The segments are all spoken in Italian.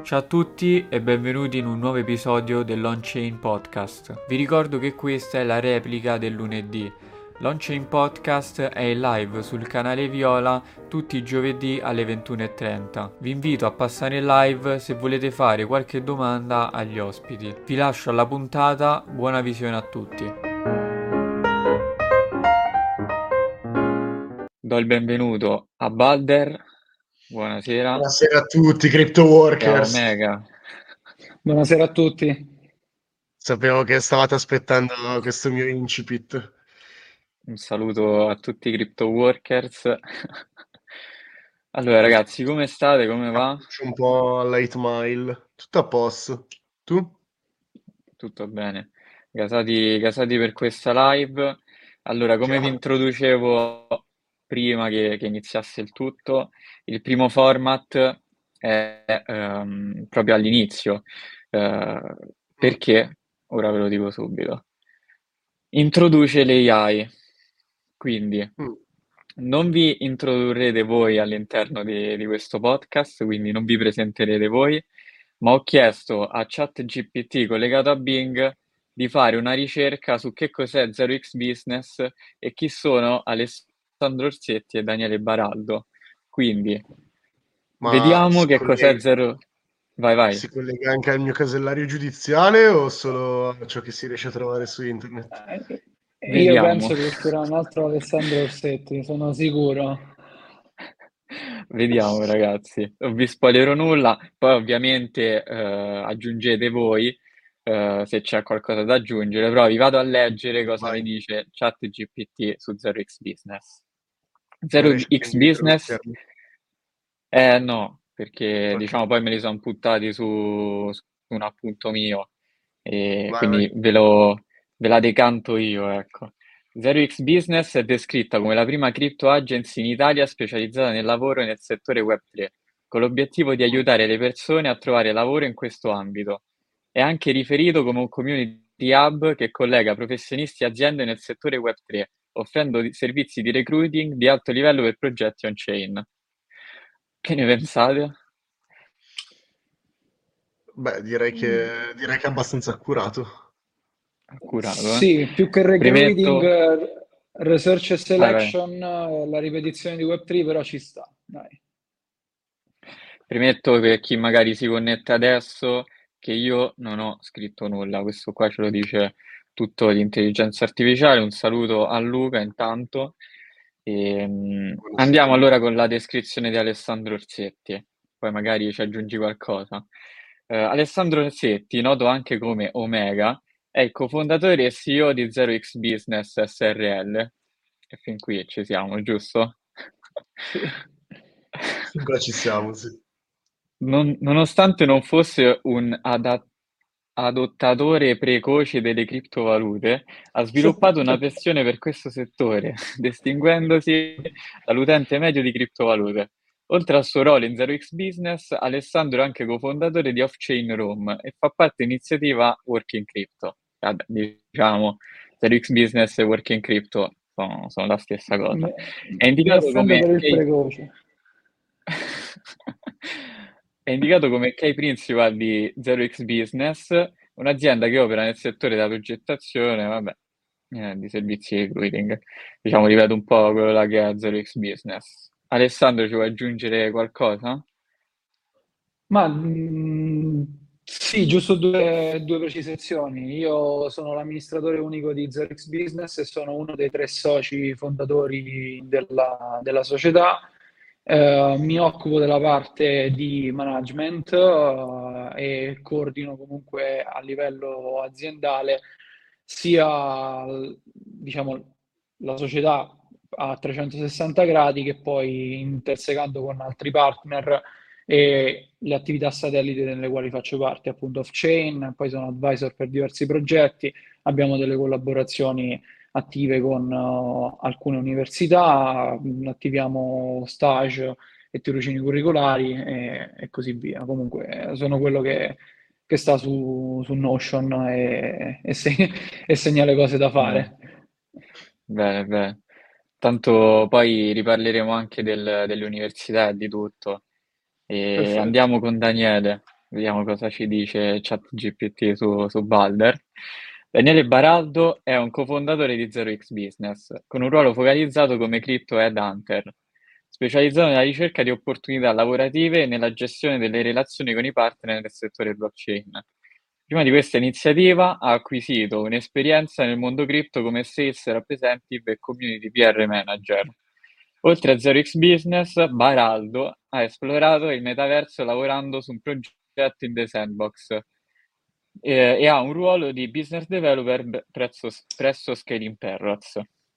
Ciao a tutti e benvenuti in un nuovo episodio dell'On-Chain Podcast. Vi ricordo che questa è la replica del lunedì. L'On-Chain Podcast è in live sul canale Viola tutti i giovedì alle 21:30. Vi invito a passare in live se volete fare qualche domanda agli ospiti. Vi lascio alla puntata, buona visione a tutti. Do il benvenuto a Balder, buonasera, Buonasera a tutti, Crypto e a Workers. Omega. Buonasera a tutti. Sapevo che stavate aspettando questo mio incipit. Un saluto a tutti i crypto workers. Allora, ragazzi, come state? Come va? Faccio un po' alla 8 Mile. Tutto a posto. Tu? Tutto bene. Gasati per questa live. Allora, come vi Chiaro. introducevo prima che iniziasse il tutto, il primo format è proprio all'inizio. Eh, Mm, perché? Ora ve lo dico subito. Introduce le AI. Quindi mm. non vi introdurrete voi all'interno di questo podcast, quindi non vi presenterete voi, ma ho chiesto a ChatGPT collegato a Bing di fare una ricerca su che cos'è 0x Business e chi sono Alessandro Orsetti e Daniele Baraldo. Quindi Ma vediamo che cos'è 0... Vai, vai. si collega anche al mio casellario giudiziale o solo a ciò che si riesce a trovare su internet? Io Vediamo. penso che uscirà un altro Alessandro Orsetti, sono sicuro. Vediamo ragazzi, non vi spoilerò nulla, poi ovviamente aggiungete voi se c'è qualcosa da aggiungere, però vi vado a leggere cosa Vai, mi dice ChatGPT su 0x Business. non riesci a 0x condividere lo Business? schermo? No, perché Ok, diciamo poi me li sono puntati su un appunto mio e vai, vai. quindi ve la decanto io, ecco. 0x Business è descritta come la prima crypto agency in Italia specializzata nel lavoro e nel settore Web3, con l'obiettivo di Mm. aiutare le persone a trovare lavoro in questo ambito. È anche riferito come un community hub che collega professionisti e aziende nel settore Web3, offrendo servizi di recruiting di alto livello per progetti on-chain. Che ne pensate? Beh, direi che è abbastanza accurato. Accurato, eh? Sì, più che recruiting, Premetto... research e Vai, vai. selection, la ripetizione di Web3, però ci sta, dai. Premetto per chi magari si connette adesso che io non ho scritto nulla, questo qua ce lo dice tutto l'intelligenza artificiale. Un saluto a Luca intanto. Buonasera, Andiamo Luca. allora con la descrizione di Alessandro Orsetti, poi magari ci aggiungi qualcosa. Alessandro Orsetti, noto anche come Omega, è il cofondatore e CEO di 0x Business SRL. E fin qui ci siamo, giusto? Sì. Fin qua ci siamo, sì. Nonostante non fosse un adottatore precoce delle criptovalute, ha sviluppato una passione per questo settore, distinguendosi dall'utente medio di criptovalute. Oltre al suo ruolo in 0x Business, Alessandro è anche cofondatore di Off-Chain Room e fa parte dell'iniziativa Working Crypto. Vabbè, diciamo, 0x Business e Working Crypto sono la stessa cosa. Mi, È mi indicato offendo come per il precoce. È indicato come key principal di 0x Business, un'azienda che opera nel settore della progettazione, vabbè, di servizi di recruiting. Diciamo, ripeto un po' quello là che è 0x Business. Alessandro, ci vuoi aggiungere qualcosa? Ma sì, giusto due precisazioni. Io sono l'amministratore unico di 0x Business e sono uno dei tre soci fondatori della società. Mi occupo della parte di management, e coordino comunque a livello aziendale sia, diciamo, la società a 360 gradi che poi intersecando con altri partner e le attività satellite nelle quali faccio parte, appunto off-chain, poi sono advisor per diversi progetti, abbiamo delle collaborazioni attive con alcune università, attiviamo stage e tirocini curricolari e così via. Comunque sono quello che sta su Notion e segna le cose da Bene, fare. bene, bene. Tanto poi riparleremo anche delle università e di tutto. E Perfetto. andiamo con Daniele. Vediamo cosa ci dice ChatGPT su Balder. Daniele Baraldo è un cofondatore di ZeroX Business, con un ruolo focalizzato come Crypto Headhunter, specializzato nella ricerca di opportunità lavorative e nella gestione delle relazioni con i partner nel settore blockchain. Prima di questa iniziativa ha acquisito un'esperienza nel mondo cripto come Sales Representative e Community PR Manager. Oltre a ZeroX Business, Baraldo ha esplorato il metaverso lavorando su un progetto in The Sandbox e ha un ruolo di business developer presso Scaling Parrots.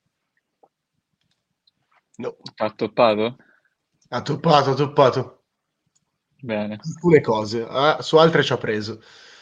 No, Ha toppato? ha toppato, ha toppato. Bene. Alcune cose, su altre ci ha preso.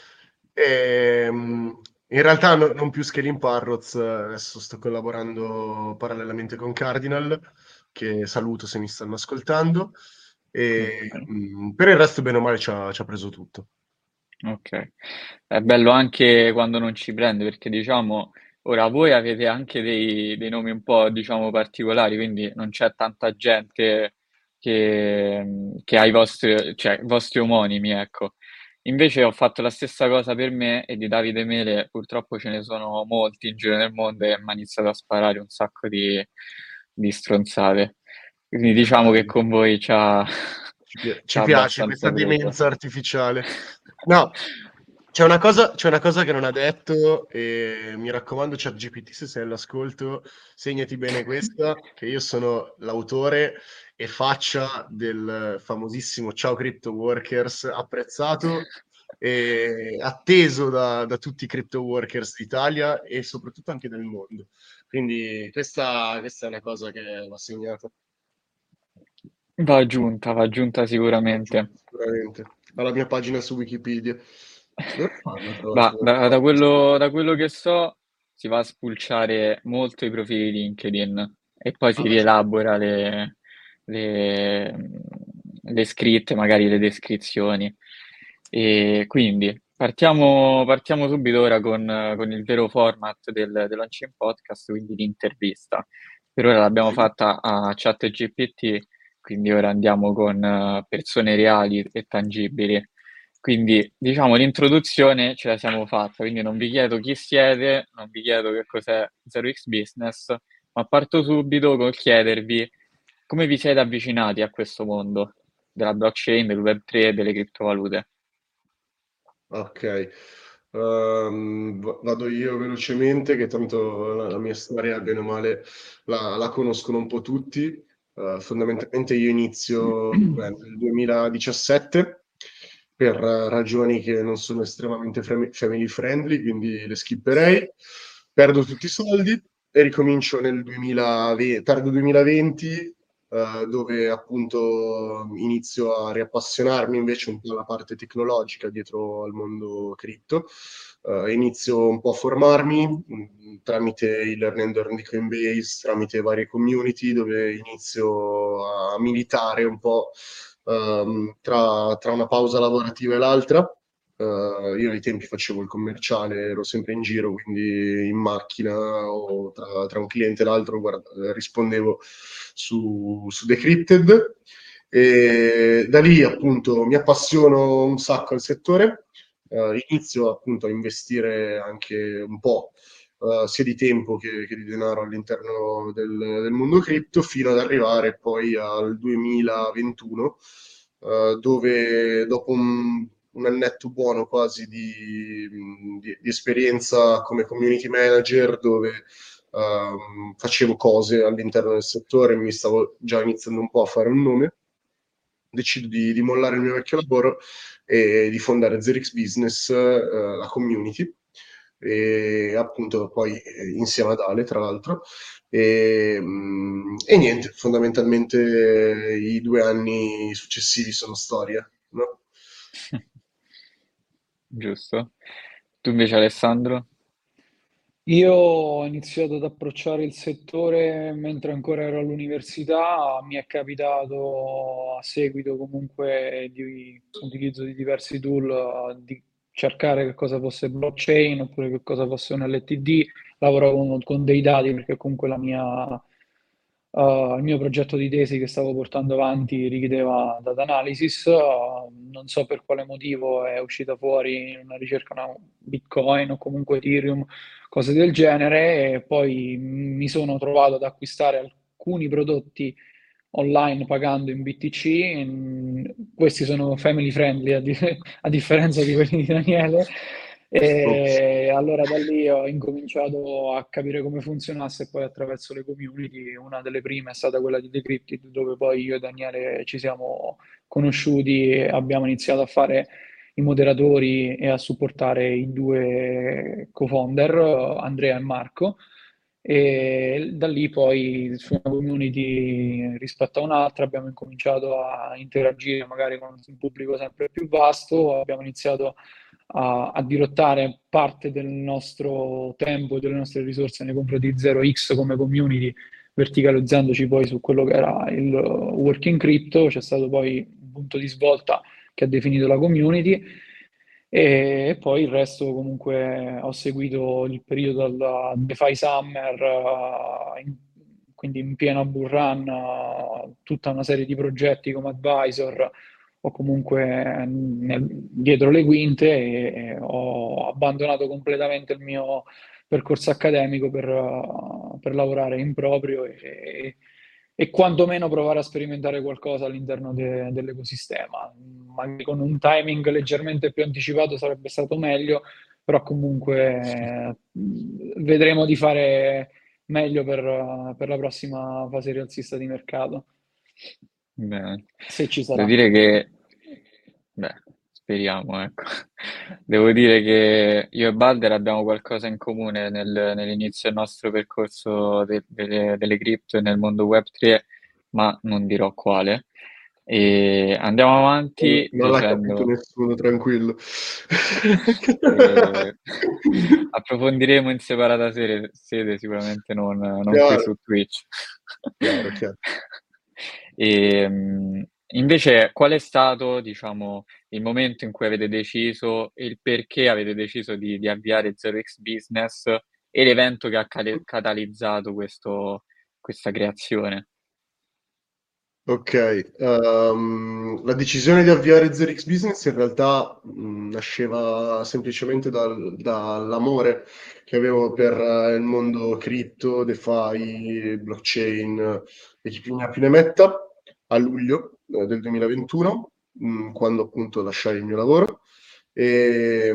In realtà non più Scaling Parrots, adesso sto collaborando parallelamente con Cardinal, che saluto se mi stanno ascoltando, e Ok. per il resto bene o male ci ha preso tutto. Ok, è bello anche quando non ci prende perché diciamo ora voi avete anche dei nomi un po' diciamo particolari, quindi non c'è tanta gente che ha cioè, i vostri omonimi, ecco. Invece ho fatto la stessa cosa per me e di Davide Mele purtroppo ce ne sono molti in giro nel mondo e mi ha iniziato a sparare un sacco di stronzate. Quindi diciamo che con voi Ci c'ha piace abbastanza questa preso. demenza artificiale. No, c'è una cosa che non ha detto e mi raccomando, ChatGPT, se sei all'ascolto, segnati bene questa, che io sono l'autore e faccia del famosissimo Ciao Crypto Workers, apprezzato e atteso da tutti i crypto workers d'Italia e soprattutto anche del mondo. Quindi questa è una cosa che va segnata. Va aggiunta sicuramente. Sicuramente. Alla mia pagina su Wikipedia. Dove fanno, tra Ma l'altro? da quello che so, si va a spulciare molto i profili LinkedIn e poi si Ah, sì. rielabora le, le scritte, magari le descrizioni. E quindi partiamo subito ora con il vero format del Launching Podcast, quindi l'intervista. Per ora l'abbiamo Ok. fatta a ChatGPT, quindi ora andiamo con persone reali e tangibili. Quindi, diciamo, l'introduzione ce la siamo fatta, quindi non vi chiedo chi siete, non vi chiedo che cos'è ZeroX Business, ma parto subito col chiedervi come vi siete avvicinati a questo mondo della blockchain, del Web3 e delle criptovalute. Ok. Vado io velocemente, che tanto la mia storia, bene o male, la conoscono un po' tutti. Fondamentalmente io inizio nel 2017 per ragioni che non sono estremamente family friendly, quindi le skipperei. Perdo tutti i soldi e ricomincio nel 2020, tardo 2020, dove appunto inizio a riappassionarmi invece un po' alla parte tecnologica dietro al mondo cripto. Inizio un po' a formarmi tramite il Learn and Earn di Coinbase, tramite varie community, dove inizio a militare un po' tra una pausa lavorativa e l'altra. Io ai tempi facevo il commerciale, ero sempre in giro, quindi in macchina o tra un cliente e l'altro rispondevo su Decrypted. E da lì appunto mi appassiono un sacco al settore, inizio appunto a investire anche un po', sia di tempo che di denaro all'interno del mondo cripto, fino ad arrivare poi al 2021, dove dopo un annetto buono quasi di esperienza come community manager, dove facevo cose all'interno del settore, mi stavo già iniziando un po' a fare un nome, decido di mollare il mio vecchio lavoro e di fondare ZerX Business, la community, e appunto poi insieme ad Ale, tra l'altro. E niente, fondamentalmente i 2 anni successivi sono storia, no? Giusto? Tu invece, Alessandro? Io ho iniziato ad approcciare il settore mentre ancora ero all'università, mi è capitato a seguito comunque di utilizzo di diversi tool di cercare che cosa fosse blockchain oppure che cosa fosse un LTD, lavoravo con dei dati perché comunque il mio progetto di tesi che stavo portando avanti richiedeva data analysis, non so per quale motivo è uscita fuori una ricerca, no, Bitcoin o comunque Ethereum, cose del genere, e poi mi sono trovato ad acquistare alcuni prodotti online pagando in BTC. Questi sono family friendly a differenza di quelli di Daniele. Ops. E allora da lì ho incominciato a capire come funzionasse, e poi attraverso le community, una delle prime è stata quella di Decrypted, dove poi io e Daniele ci siamo conosciuti e abbiamo iniziato a fare i moderatori e a supportare i due co-founder, Andrea e Marco. E da lì poi su una community rispetto a un'altra abbiamo incominciato a interagire magari con un pubblico sempre più vasto, abbiamo iniziato a dirottare parte del nostro tempo e delle nostre risorse nei confronti di 0x come community, verticalizzandoci poi su quello che era il working crypto. C'è stato poi un punto di svolta che ha definito la community, e poi il resto comunque ho seguito il periodo dal DeFi Summer, quindi in piena bull run, tutta una serie di progetti come advisor o comunque dietro le quinte, e ho abbandonato completamente il mio percorso accademico per lavorare in proprio e quantomeno provare a sperimentare qualcosa all'interno dell'ecosistema. Magari con un timing leggermente più anticipato sarebbe stato meglio, però comunque vedremo di fare meglio per la prossima fase rialzista di mercato, Bene. se ci Devo sarà. dire che, beh, speriamo, ecco. Devo dire che io e Balder abbiamo qualcosa in comune nell'inizio del nostro percorso delle cripto e nel mondo Web3, ma non dirò quale. E andiamo avanti Non l'ha capito dicendo, nessuno, tranquillo. eh, approfondiremo in separata sede, sicuramente non qui Chiaro, su Twitch. chiaro, chiaro. E, invece, qual è stato, diciamo, il momento in cui avete deciso e il perché avete deciso di avviare 0x Business e l'evento che ha catalizzato questa creazione? Ok, la decisione di avviare ZerX Business in realtà nasceva semplicemente dall'amore che avevo per il mondo cripto, DeFi, blockchain e chi più ne ha più ne metta a luglio del 2021, quando appunto lasciai il mio lavoro. E,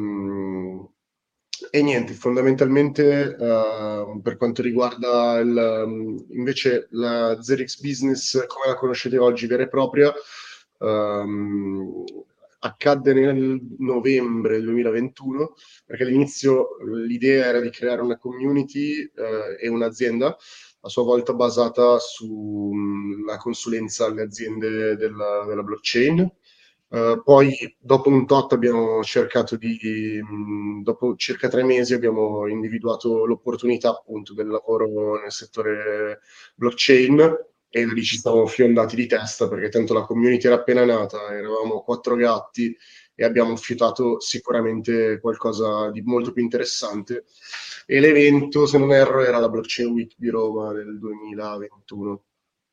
e niente, fondamentalmente per quanto riguarda invece la ZerX Business come la conoscete oggi vera e propria, ehm, accadde nel novembre 2021, perché all'inizio l'idea era di creare una community e un'azienda a sua volta basata sulla consulenza alle aziende della blockchain. Poi dopo un tot abbiamo cercato dopo circa 3 mesi abbiamo individuato l'opportunità appunto del lavoro nel settore blockchain e lì ci siamo fiondati di testa perché tanto la community era appena nata, eravamo 4 gatti e abbiamo fiutato sicuramente qualcosa di molto più interessante. E l'evento, se non erro, era la Blockchain Week di Roma del 2021,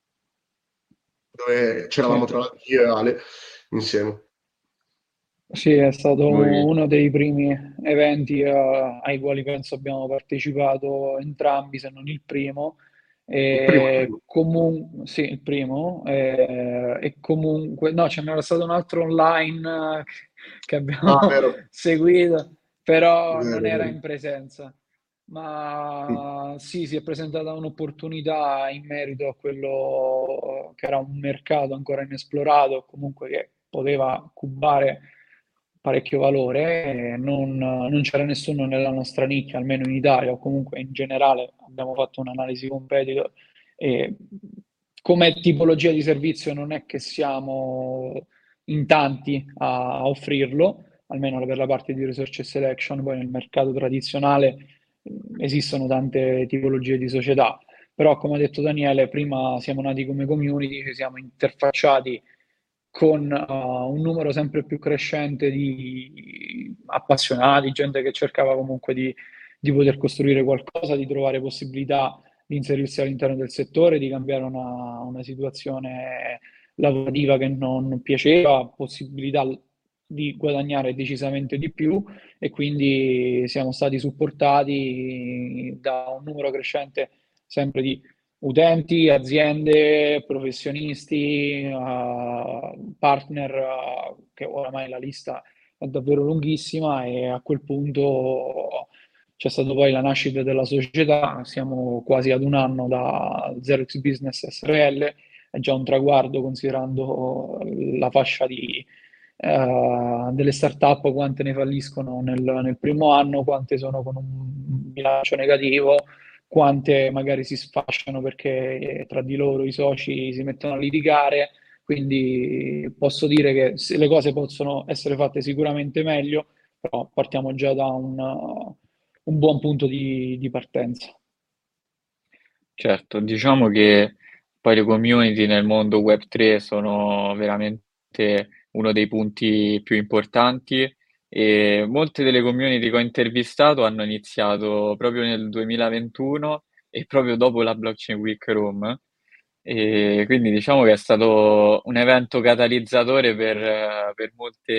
dove c'eravamo Sì. tra l'altro io e Ale insieme. Sì, è stato Voi, uno dei primi eventi ai quali penso abbiamo partecipato entrambi, se non il primo. Il primo, E sì, il primo. E comunque, no, ce n'era stato un altro online che ah, abbiamo vero, seguito, però non vero, era vero. in presenza. Mm. Ma sì, si è presentata un'opportunità in merito a quello che era un mercato ancora inesplorato, comunque che poteva cubare parecchio valore. E non c'era nessuno nella nostra nicchia, almeno in Italia o comunque in generale. Abbiamo fatto un'analisi competitor e come tipologia di servizio non è che siamo in tanti a offrirlo, almeno per la parte di research e selection. Poi nel mercato tradizionale esistono tante tipologie di società, però come ha detto Daniele, prima siamo nati come community, ci siamo interfacciati con un numero sempre più crescente di appassionati, gente che cercava comunque di poter costruire qualcosa, di trovare possibilità di inserirsi all'interno del settore, di cambiare una situazione lavorativa che non piaceva, possibilità di guadagnare decisamente di più e quindi siamo stati supportati da un numero crescente sempre di utenti, aziende, professionisti, partner, che oramai la lista è davvero lunghissima e a quel punto c'è stata poi la nascita della società, siamo quasi ad un anno da 0x Business SRL, è già un traguardo considerando la fascia delle start-up, quante ne falliscono nel primo anno, quante sono con un bilancio negativo, quante magari si sfasciano perché tra di loro i soci si mettono a litigare. Quindi posso dire che le cose possono essere fatte sicuramente meglio, però partiamo già da un buon punto di partenza. Certo, diciamo che poi le community nel mondo Web3 sono veramente uno dei punti più importanti e molte delle community che ho intervistato hanno iniziato proprio nel 2021 e proprio dopo la Blockchain Week Rome. E quindi diciamo che è stato un evento catalizzatore per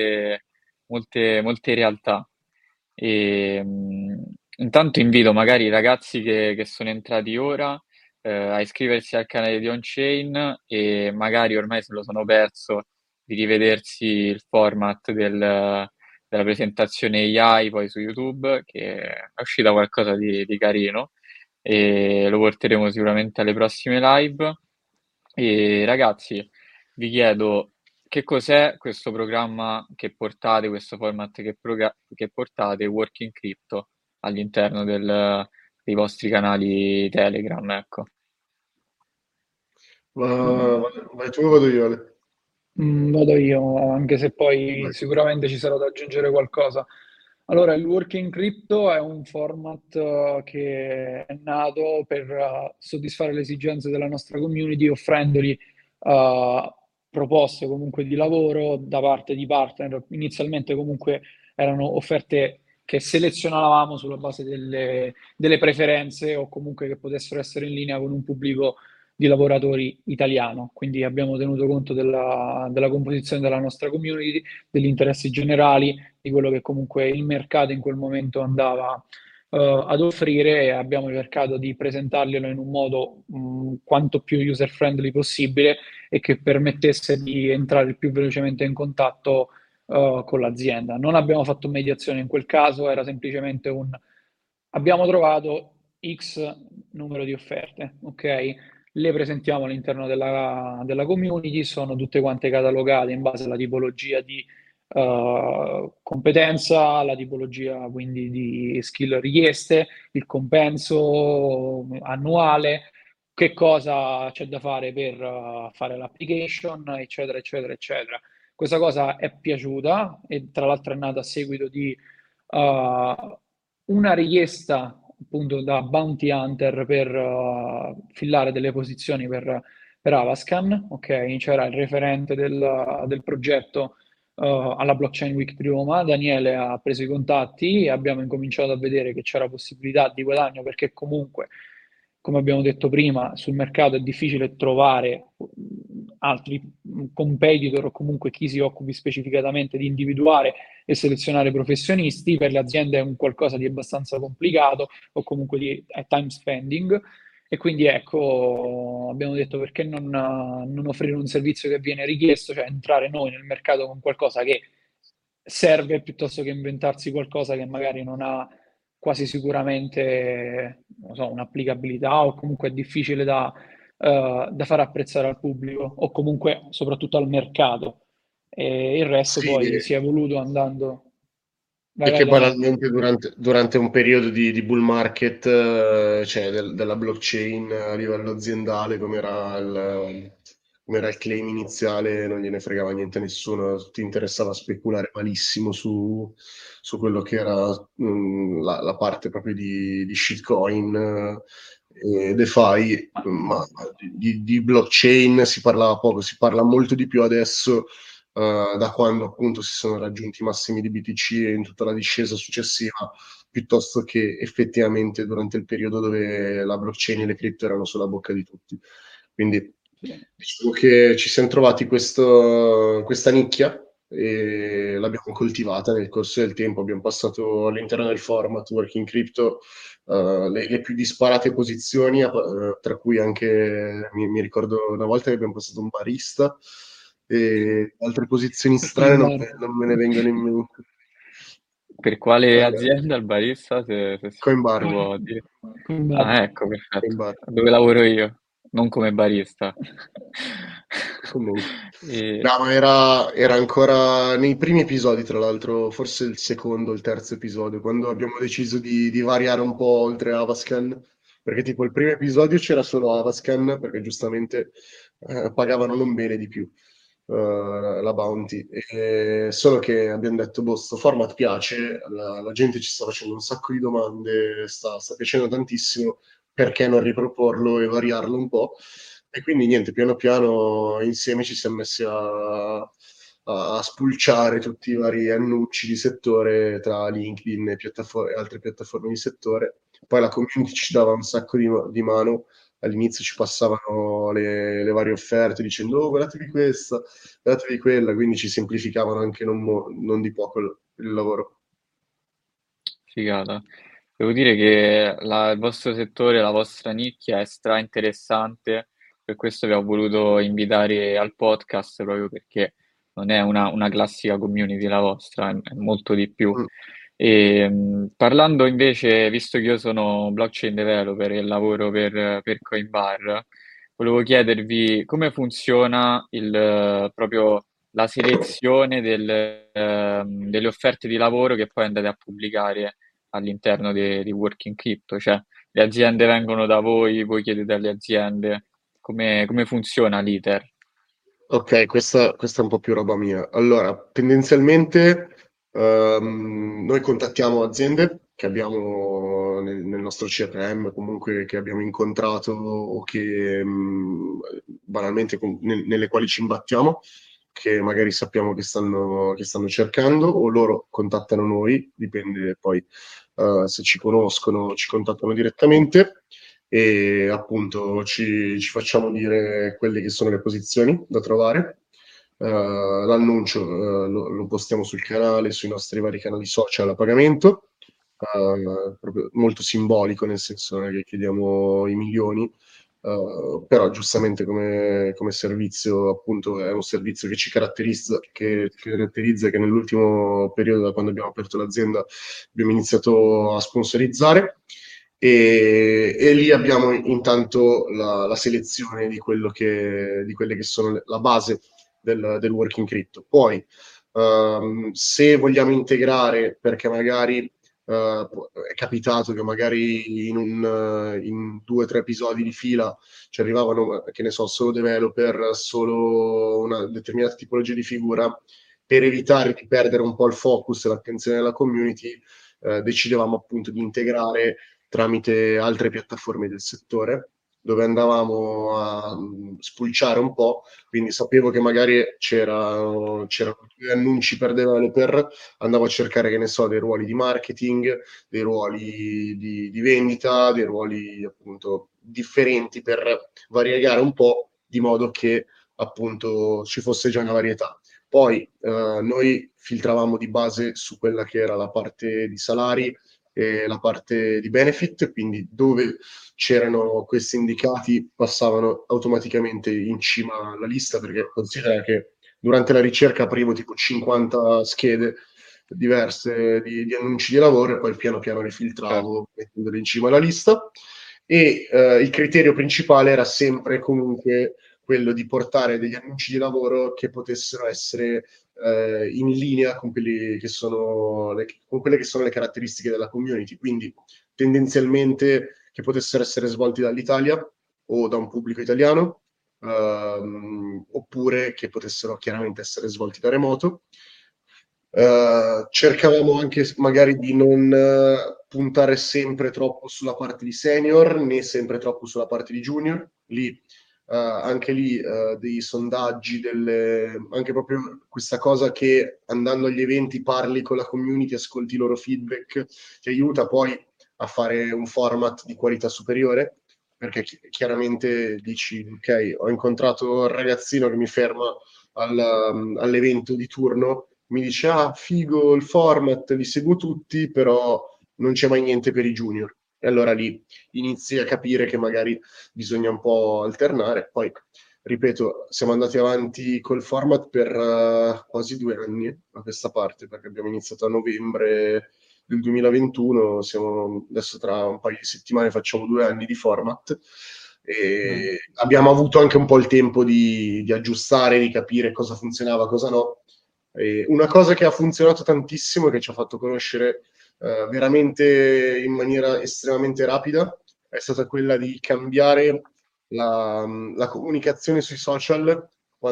molte realtà. E, intanto invito magari i ragazzi che sono entrati ora a iscriversi al canale di OnChain e magari ormai se lo sono perso di rivedersi il format della presentazione AI poi su YouTube, che è uscita qualcosa di carino e lo porteremo sicuramente alle prossime live. E ragazzi, vi chiedo che cos'è questo programma che portate, questo format che portate, Working Crypto, all'interno dei vostri canali Telegram, ecco. Vai tu o vado io, Ale? Vado io, anche se poi Vai. sicuramente ci sarà da aggiungere qualcosa. Allora, il Working Crypto è un format che è nato per soddisfare le esigenze della nostra community, offrendogli proposte comunque di lavoro da parte di partner. Inizialmente comunque erano offerte che selezionavamo sulla base delle preferenze o comunque che potessero essere in linea con un pubblico di lavoratori italiano. Quindi abbiamo tenuto conto della composizione della nostra community, degli interessi generali, di quello che comunque il mercato in quel momento andava ad offrire e abbiamo cercato di presentarglielo in un modo quanto più user friendly possibile e che permettesse di entrare il più velocemente in contatto con l'azienda. Non abbiamo fatto mediazione in quel caso, era semplicemente abbiamo trovato X numero di offerte, ok? Le presentiamo all'interno della community, sono tutte quante catalogate in base alla tipologia di competenza, la tipologia quindi di skill richieste, il compenso annuale, che cosa c'è da fare per fare l'application, eccetera, eccetera, eccetera. Questa cosa è piaciuta e tra l'altro è nata a seguito di una richiesta appunto da Bounty Hunter per fillare delle posizioni per Avascan, ok? C'era il referente del progetto alla Blockchain Week di Roma, Daniele ha preso i contatti e abbiamo incominciato a vedere che c'era possibilità di guadagno perché comunque, come abbiamo detto prima, sul mercato è difficile trovare altri competitor o comunque chi si occupi specificatamente di individuare e selezionare professionisti. Per le aziende è un qualcosa di abbastanza complicato o comunque è time spending. E quindi ecco, abbiamo detto perché non offrire un servizio che viene richiesto, cioè entrare noi nel mercato con qualcosa che serve piuttosto che inventarsi qualcosa che magari non ha quasi sicuramente, non so, un'applicabilità o comunque è difficile da far apprezzare al pubblico o comunque soprattutto al mercato. E il resto Sì, poi si è evoluto andando. Vai, e vai, che Daniele. banalmente durante un periodo di bull market, cioè della blockchain a livello aziendale, come era il claim iniziale, non gliene fregava niente a nessuno, ti interessava speculare malissimo su quello che era la parte proprio di shitcoin e DeFi, ma di blockchain si parlava poco, si parla molto di più adesso da quando appunto si sono raggiunti i massimi di BTC e in tutta la discesa successiva, piuttosto che effettivamente durante il periodo dove la blockchain e le cripto erano sulla bocca di tutti. Quindi diciamo che ci siamo trovati questa nicchia e l'abbiamo coltivata nel corso del tempo. Abbiamo passato all'interno del format Working Crypto le più disparate posizioni, tra cui anche mi ricordo una volta che abbiamo passato un barista e altre posizioni strane non me ne vengono in mente. Per quale azienda il barista, se si Coinbar. può dire? Coinbar. Ah, ecco, perfetto. Coinbar. Dove lavoro io, non come barista. Comunque. E- No, ma era ancora nei primi episodi, tra l'altro, forse il secondo o il terzo episodio, quando abbiamo deciso di variare un po' oltre Avascan, perché tipo il primo episodio c'era solo Avascan, perché giustamente pagavano non bene di più la bounty. Solo che abbiamo detto, boh, sto format piace, la gente ci sta facendo un sacco di domande, sta piacendo tantissimo, perché non riproporlo e variarlo un po'? E quindi niente, piano piano insieme ci siamo messi a spulciare tutti i vari annucci di settore tra LinkedIn e altre piattaforme di settore. Poi la community ci dava un sacco di mano. All'inizio ci passavano le varie offerte dicendo: oh, guardatevi questa, guardatevi quella, quindi ci semplificavano anche non di poco il lavoro. Figata. Devo dire che il vostro settore, la vostra nicchia è stra interessante, per questo vi ho voluto invitare al podcast proprio perché non è una classica community la vostra, è molto di più. Mm. E, parlando invece, visto che io sono blockchain developer e lavoro per Coinbar, volevo chiedervi come funziona proprio la selezione delle offerte di lavoro che poi andate a pubblicare all'interno di Working Crypto, cioè le aziende vengono da voi chiedete alle aziende come funziona l'iter. Ok, questa è un po' più roba mia. Allora, tendenzialmente noi contattiamo aziende che abbiamo nel nostro CRM, comunque che abbiamo incontrato o che banalmente nelle quali ci imbattiamo, che magari sappiamo che stanno cercando o loro contattano noi, dipende poi se ci conoscono, ci contattano direttamente e appunto ci facciamo dire quelle che sono le posizioni da trovare. L'annuncio lo postiamo sul canale, sui nostri vari canali social a pagamento, proprio molto simbolico, nel senso che chiediamo i milioni. Però giustamente come servizio, appunto, è un servizio che ci caratterizza che nell'ultimo periodo, da quando abbiamo aperto l'azienda, abbiamo iniziato a sponsorizzare e lì abbiamo intanto la selezione di quelle che sono la base del working crypto. Poi, se vogliamo integrare, perché magari è capitato che magari in 2 o 3 episodi di fila ci arrivavano, che ne so, solo developer, solo una determinata tipologia di figura, per evitare di perdere un po' il focus e l'attenzione della community, decidevamo appunto di integrare tramite altre piattaforme del settore, dove andavamo a spulciare un po', quindi sapevo che magari c'erano 2 annunci per developer, andavo a cercare, che ne so, dei ruoli di marketing, dei ruoli di vendita, dei ruoli appunto differenti per variegare un po', di modo che appunto ci fosse già una varietà. Poi noi filtravamo di base su quella che era la parte di salari e la parte di benefit, quindi dove c'erano questi indicati passavano automaticamente in cima alla lista, perché considera che durante la ricerca aprivo tipo 50 schede diverse di annunci di lavoro e poi piano piano le Certo. filtravo mettendole in cima alla lista e il criterio principale era sempre comunque quello di portare degli annunci di lavoro che potessero essere in linea con con quelle che sono le caratteristiche della community, quindi tendenzialmente che potessero essere svolti dall'Italia o da un pubblico italiano, oppure che potessero chiaramente essere svolti da remoto. Cercavamo anche magari di non puntare sempre troppo sulla parte di senior né sempre troppo sulla parte di junior. Lì anche lì dei sondaggi, anche proprio questa cosa che andando agli eventi parli con la community, ascolti i loro feedback, ti aiuta poi a fare un format di qualità superiore, perché chiaramente dici, ok, ho incontrato il ragazzino che mi ferma all'evento di turno, mi dice, ah, figo il format, li seguo tutti, però non c'è mai niente per i junior. E allora lì inizi a capire che magari bisogna un po' alternare. Poi, ripeto, siamo andati avanti col format per quasi 2 anni a questa parte, perché abbiamo iniziato a novembre del 2021, adesso tra un paio di settimane facciamo 2 anni di format e abbiamo avuto anche un po' il tempo di aggiustare, di capire cosa funzionava, cosa no. E una cosa che ha funzionato tantissimo e che ci ha fatto conoscere veramente in maniera estremamente rapida è stata quella di cambiare la comunicazione sui social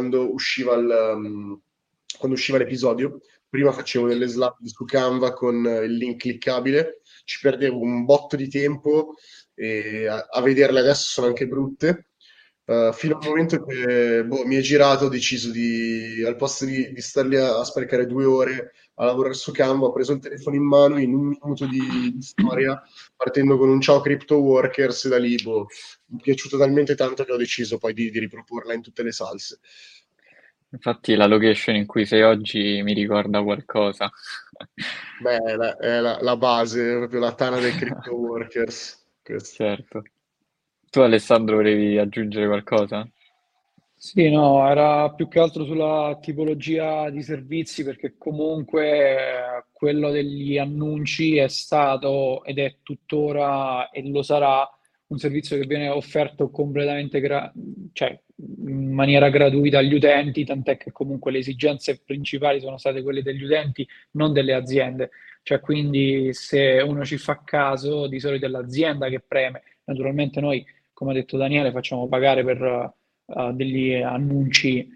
quando usciva l'episodio. Prima facevo delle slide su Canva con il link cliccabile, ci perdevo un botto di tempo e a vederle adesso sono anche brutte. Fino al momento che mi è girato, ho deciso al posto di star lì a sprecare 2 ore a lavorare su Canva, ho preso il telefono in mano in un minuto di storia, partendo con un ciao crypto workers, e da lì mi è piaciuto talmente tanto che ho deciso poi di riproporla in tutte le salse. Infatti la location in cui sei oggi mi ricorda qualcosa. Beh, è la base, proprio la tana dei crypto workers. Questo. Certo. Tu Alessandro volevi aggiungere qualcosa? Sì, no, era più che altro sulla tipologia di servizi perché comunque quello degli annunci è stato ed è tuttora e lo sarà un servizio che viene offerto completamente, cioè in maniera gratuita agli utenti, tant'è che comunque le esigenze principali sono state quelle degli utenti, non delle aziende. Cioè, quindi se uno ci fa caso, di solito è l'azienda che preme. Naturalmente noi, come ha detto Daniele, facciamo pagare per degli annunci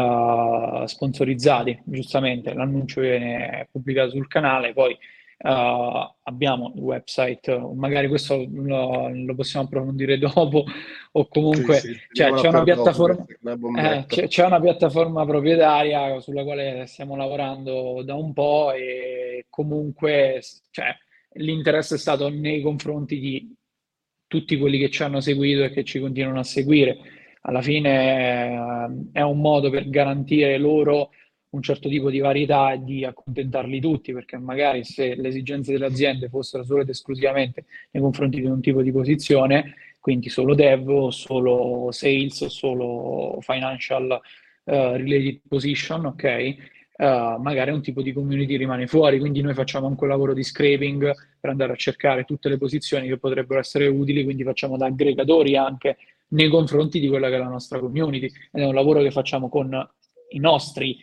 sponsorizzati, giustamente. L'annuncio viene pubblicato sul canale, poi abbiamo il website, magari questo lo possiamo approfondire dopo, o Sì, comunque sì, cioè, teniamola per dopo, questa è una bombetta. c'è una piattaforma proprietaria sulla quale stiamo lavorando da un po' e comunque cioè, l'interesse è stato nei confronti di tutti quelli che ci hanno seguito e che ci continuano a seguire. Alla fine è un modo per garantire loro un certo tipo di varietà e di accontentarli tutti, perché magari se le esigenze delle aziende fossero solo ed esclusivamente nei confronti di un tipo di posizione, quindi solo dev, o solo sales, o solo financial related position, ok? Magari un tipo di community rimane fuori, quindi noi facciamo anche un lavoro di scraping per andare a cercare tutte le posizioni che potrebbero essere utili, quindi facciamo da aggregatori anche nei confronti di quella che è la nostra community. Ed è un lavoro che facciamo con i nostri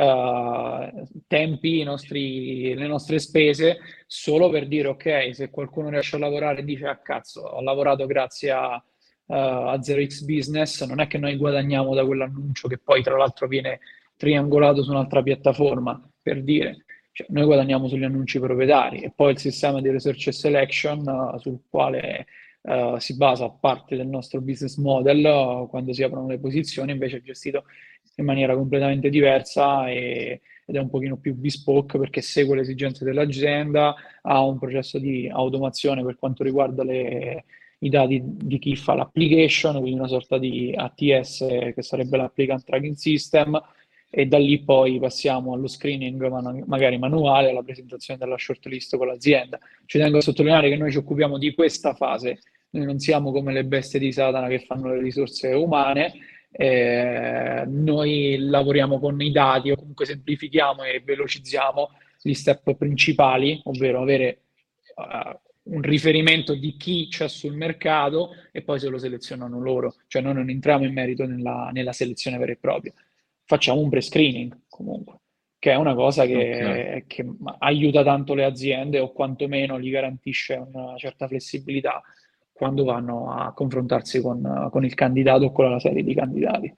tempi, le nostre spese, solo per dire ok, se qualcuno riesce a lavorare e dice ah cazzo, ho lavorato grazie a 0x Business, non è che noi guadagniamo da quell'annuncio che poi tra l'altro viene triangolato su un'altra piattaforma, per dire. Cioè, noi guadagniamo sugli annunci proprietari e poi il sistema di research e selection sul quale si basa parte del nostro business model quando si aprono le posizioni, invece è gestito in maniera completamente diversa ed è un pochino più bespoke perché segue le esigenze dell'azienda, ha un processo di automazione per quanto riguarda i dati di chi fa l'application, quindi una sorta di ATS che sarebbe l'applicant tracking system, e da lì poi passiamo allo screening magari manuale, alla presentazione della shortlist con l'azienda. Ci tengo a sottolineare che noi ci occupiamo di questa fase, noi non siamo come le bestie di Satana che fanno le risorse umane, noi lavoriamo con i dati o comunque semplifichiamo e velocizziamo gli step principali, ovvero avere un riferimento di chi c'è sul mercato e poi se lo selezionano loro, cioè noi non entriamo in merito nella selezione vera e propria, facciamo un pre-screening comunque, che è una cosa Ok. che aiuta tanto le aziende o quantomeno gli garantisce una certa flessibilità quando vanno a confrontarsi con il candidato o con la serie di candidati.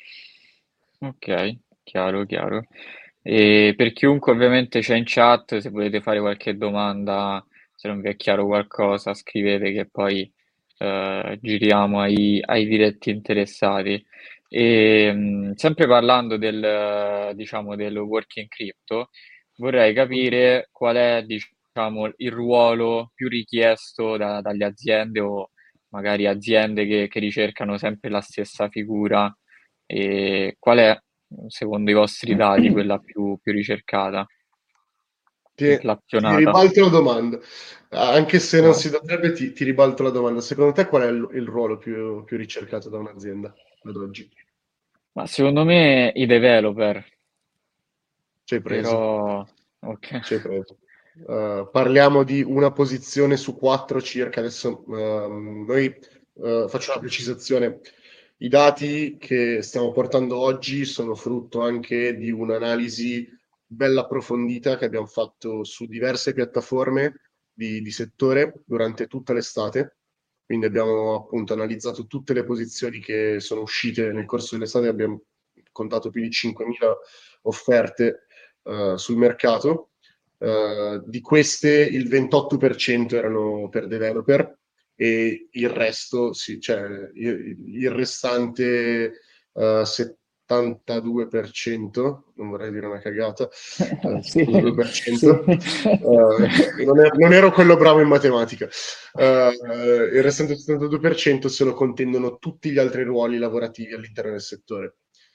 Ok, chiaro, chiaro. E per chiunque ovviamente c'è in chat, se volete fare qualche domanda, se non vi è chiaro qualcosa, scrivete che poi giriamo ai diretti interessati. E, sempre parlando diciamo, del working crypto, vorrei capire qual è, diciamo, il ruolo più richiesto dalle aziende o magari aziende che ricercano sempre la stessa figura e qual è, secondo i vostri dati, quella più ricercata, più Ti inflazionata? ribalto la domanda, anche se non Vai. si dovrebbe, ti ribalto la domanda. Secondo te qual è il ruolo più ricercato da un'azienda ad oggi? Ma secondo me i developer, Ci hai preso, però ok, ci hai preso. Parliamo di una posizione su 4 circa. Adesso noi faccio una precisazione. I dati che stiamo portando oggi sono frutto anche di un'analisi bella approfondita che abbiamo fatto su diverse piattaforme di settore durante tutta l'estate. Quindi abbiamo appunto analizzato tutte le posizioni che sono uscite nel corso dell'estate, abbiamo contato più di 5.000 offerte sul mercato. Di queste il 28% erano per developer e il resto, sì, cioè il restante 72%, non vorrei dire una cagata, Sì, 72%, sì. non ero quello bravo in matematica. Il restante 72% se lo contendono tutti gli altri ruoli lavorativi all'interno del settore.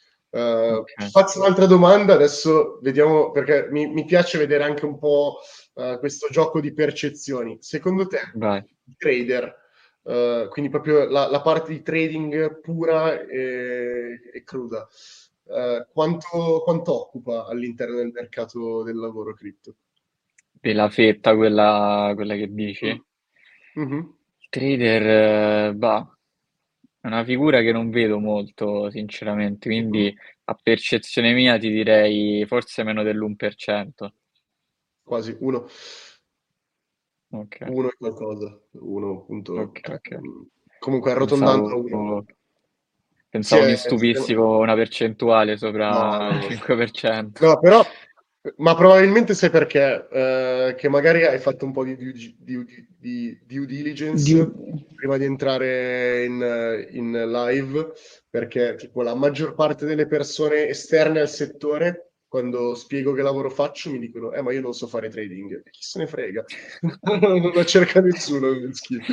Ti ok, faccio un'altra domanda, adesso vediamo, perché mi piace vedere anche un po' questo gioco di percezioni. Secondo te, vai. il trader, quindi proprio la parte di trading pura e cruda, quanto occupa all'interno del mercato del lavoro cripto? Della fetta, quella che dici? Mm. Mhm. Il trader, bah, è una figura che non vedo molto, sinceramente, Mhm. quindi a percezione mia ti direi forse meno dell'1%. Quasi uno. Ok, Uno e qualcosa, ok, 1.3. ok. Comunque arrotondando a Pensavo, uno. Sì, pensavo mi stupissi con una percentuale no, sopra il no. 5%. No, però, ma probabilmente sai perché, che magari hai fatto un po' di due diligence Di- prima di entrare in live, perché tipo la maggior parte delle persone esterne al settore, quando spiego che lavoro faccio, mi dicono, ma io non so fare trading. E chi se ne frega? Non lo cerca nessuno, schifo.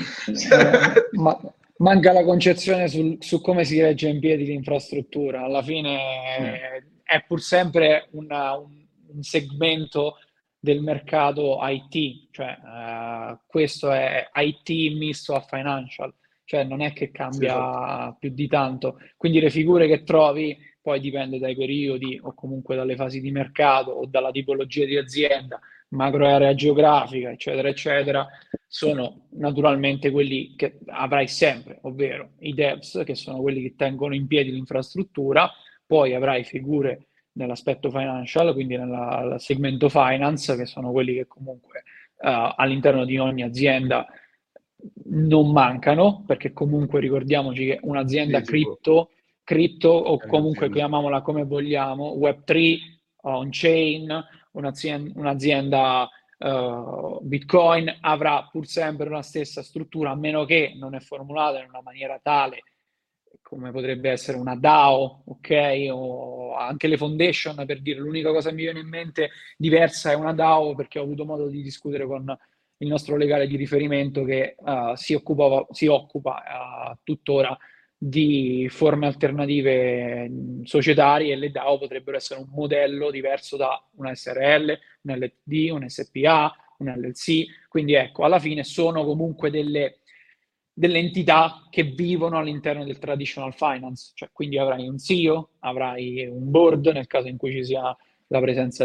ma manca la concezione su come si regge in piedi l'infrastruttura. Alla fine Mm, è pur sempre un segmento del mercato IT, cioè questo è IT misto a financial, cioè non è che Sì, esatto. cambia più di tanto. Quindi le figure che trovi poi dipende dai periodi o comunque dalle fasi di mercato o dalla tipologia di azienda, macro area geografica, eccetera, eccetera, sono naturalmente quelli che avrai sempre, ovvero i devs, che sono quelli che tengono in piedi l'infrastruttura, poi avrai figure nell'aspetto financial, quindi nel segmento finance, che sono quelli che comunque all'interno di ogni azienda non mancano, perché comunque ricordiamoci che Sì, un'azienda tipo, cripto o è la mia comunque azienda. chiamiamola come vogliamo, Web3, on-chain, un'azienda Bitcoin avrà pur sempre la stessa struttura, a meno che non è formulata in una maniera tale come potrebbe essere una DAO, ok? O anche le foundation, per dire, l'unica cosa che mi viene in mente diversa è una DAO, perché ho avuto modo di discutere con il nostro legale di riferimento che si occupa tuttora di forme alternative societarie, e le DAO potrebbero essere un modello diverso da una SRL, un LTD, un SPA, un LLC. Quindi ecco, alla fine sono comunque delle entità che vivono all'interno del traditional finance, cioè quindi avrai un CEO, avrai un board nel caso in cui ci sia la presenza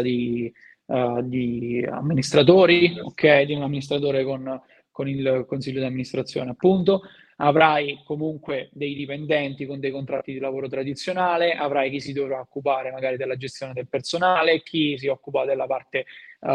di amministratori, ok, di un amministratore con il consiglio di amministrazione, appunto. Avrai comunque dei dipendenti con dei contratti di lavoro tradizionale, avrai chi si dovrà occupare magari della gestione del personale, chi si occupa della parte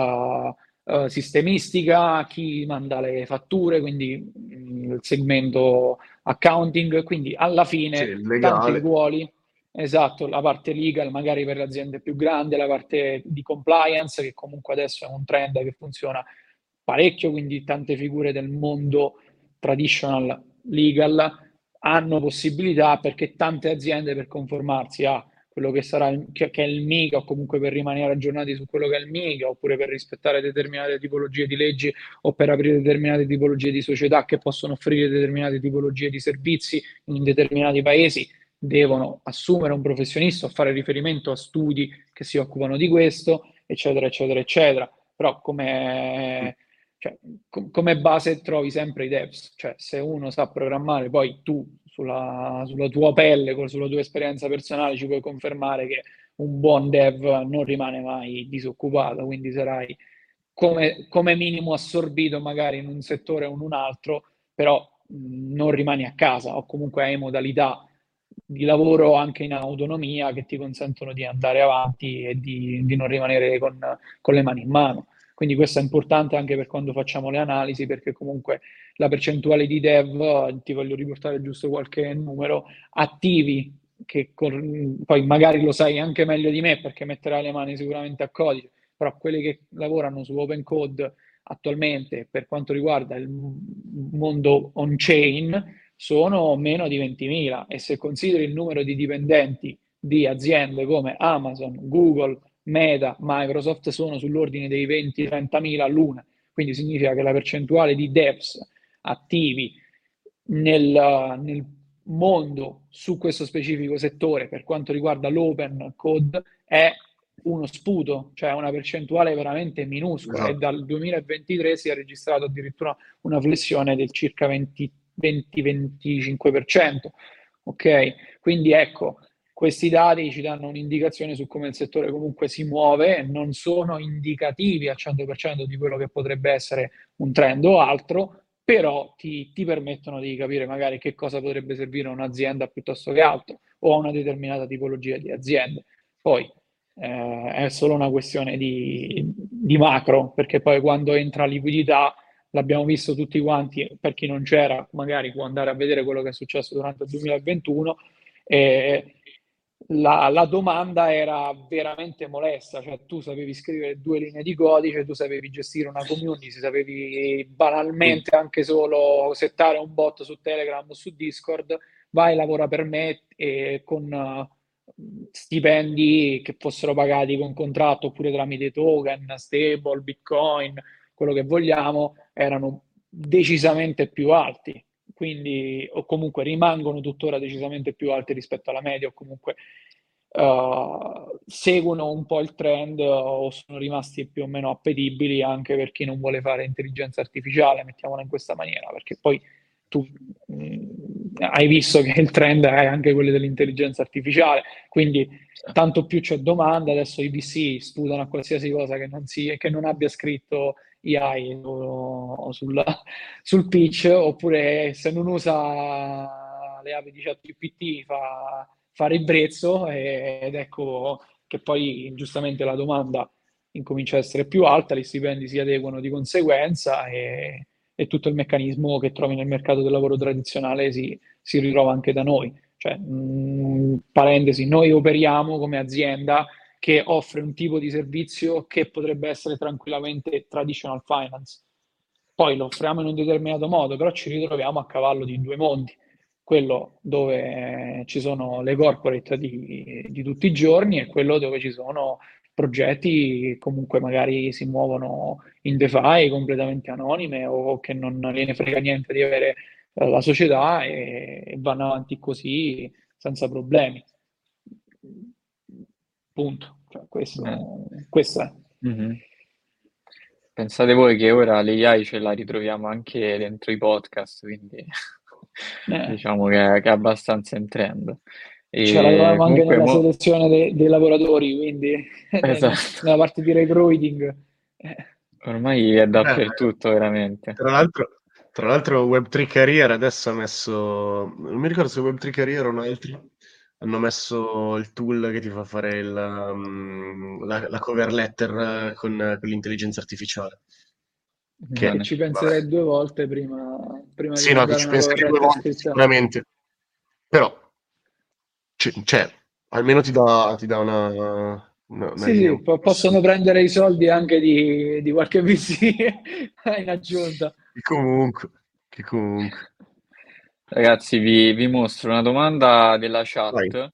sistemistica, chi manda le fatture, quindi il segmento accounting, quindi alla Sì, fine tanti legale. ruoli. Esatto, la parte legal magari per le aziende più grandi, la parte di compliance che comunque adesso è un trend che funziona parecchio, quindi tante figure del mondo traditional legal hanno possibilità, perché tante aziende, per conformarsi a quello che sarà che è il MiCA, o comunque per rimanere aggiornati su quello che è il MiCA, oppure per rispettare determinate tipologie di leggi o per aprire determinate tipologie di società che possono offrire determinate tipologie di servizi in determinati paesi, devono assumere un professionista o fare riferimento a studi che si occupano di questo, eccetera, eccetera, eccetera. Però cioè, come base trovi sempre i devs, cioè se uno sa programmare, poi tu sulla tua pelle, sulla tua esperienza personale ci puoi confermare che un buon dev non rimane mai disoccupato, quindi sarai come minimo assorbito magari in un settore o in un altro, però non rimani a casa, o comunque hai modalità di lavoro anche in autonomia che ti consentono di andare avanti e di non rimanere con le mani in mano. Quindi questo è importante anche per quando facciamo le analisi, perché comunque la percentuale di dev, ti voglio riportare giusto qualche numero, attivi, che poi magari lo sai anche meglio di me perché metterai le mani sicuramente a codice, però quelli che lavorano su Open Code attualmente per quanto riguarda il mondo on-chain sono meno di 20.000, e se consideri il numero di dipendenti di aziende come Amazon, Google, Meta, Microsoft sono sull'ordine dei 20-30.000 l'una, quindi significa che la percentuale di devs attivi nel mondo su questo specifico settore per quanto riguarda l'open code è uno sputo, cioè una percentuale veramente minuscola, e dal 2023 si è registrato addirittura una flessione del circa 20-25%. Ok? Quindi ecco, questi dati ci danno un'indicazione su come il settore comunque si muove, non sono indicativi al 100% di quello che potrebbe essere un trend o altro, però ti permettono di capire magari che cosa potrebbe servire a un'azienda piuttosto che altro, o a una determinata tipologia di aziende. Poi è solo una questione di macro, perché poi quando entra liquidità, l'abbiamo visto tutti quanti, per chi non c'era magari può andare a vedere quello che è successo durante il 2021, la domanda era veramente molesta, cioè tu sapevi scrivere 2 linee di codice, tu sapevi gestire una community, sapevi banalmente anche solo settare un bot su Telegram o su Discord, vai, lavora per me, e con stipendi che fossero pagati con contratto oppure tramite token, stable, bitcoin, quello che vogliamo, erano decisamente più alti, quindi, o comunque rimangono tuttora decisamente più alti rispetto alla media, o comunque seguono un po' il trend, o sono rimasti più o meno appetibili anche per chi non vuole fare intelligenza artificiale, mettiamola in questa maniera, perché poi tu hai visto che il trend è anche quello dell'intelligenza artificiale, quindi tanto più c'è domanda, adesso i VC sputano a qualsiasi cosa che non abbia scritto AI o sul pitch, oppure se non usa le api di ChatGPT fa ribrezzo, ed ecco che poi giustamente la domanda incomincia a essere più alta, gli stipendi si adeguano di conseguenza, e tutto il meccanismo che trovi nel mercato del lavoro tradizionale si ritrova anche da noi. Cioè, parentesi, noi operiamo come azienda che offre un tipo di servizio che potrebbe essere tranquillamente traditional finance. Poi lo offriamo in un determinato modo, però ci ritroviamo a cavallo di due mondi. Quello dove ci sono le corporate di tutti i giorni, e quello dove ci sono progetti che comunque magari si muovono in DeFi completamente anonime, o che non gliene frega niente di avere la società, e vanno avanti così senza problemi. Punto. Cioè, questo è. Mm-hmm. Pensate voi che ora l'AI ce la ritroviamo anche dentro i podcast, quindi diciamo che è abbastanza in trend. Ce la troviamo anche comunque nella selezione dei lavoratori, quindi esatto. nella parte di recruiting. Ormai è dappertutto, veramente. Tra l'altro Web3 Career adesso ha messo, non mi ricordo se Web3 Career o un altro, hanno messo il tool che ti fa fare la cover letter con l'intelligenza artificiale. Che ci penserei 2 volte prima Sì, di no, che mandare ci una penserei 2 corretta volte scritta. sicuramente. Però, cioè, almeno ti dà una Sì, linea. possono prendere i soldi anche di qualche VC in aggiunta. Che comunque. Ragazzi, vi mostro una domanda della Vai. chat.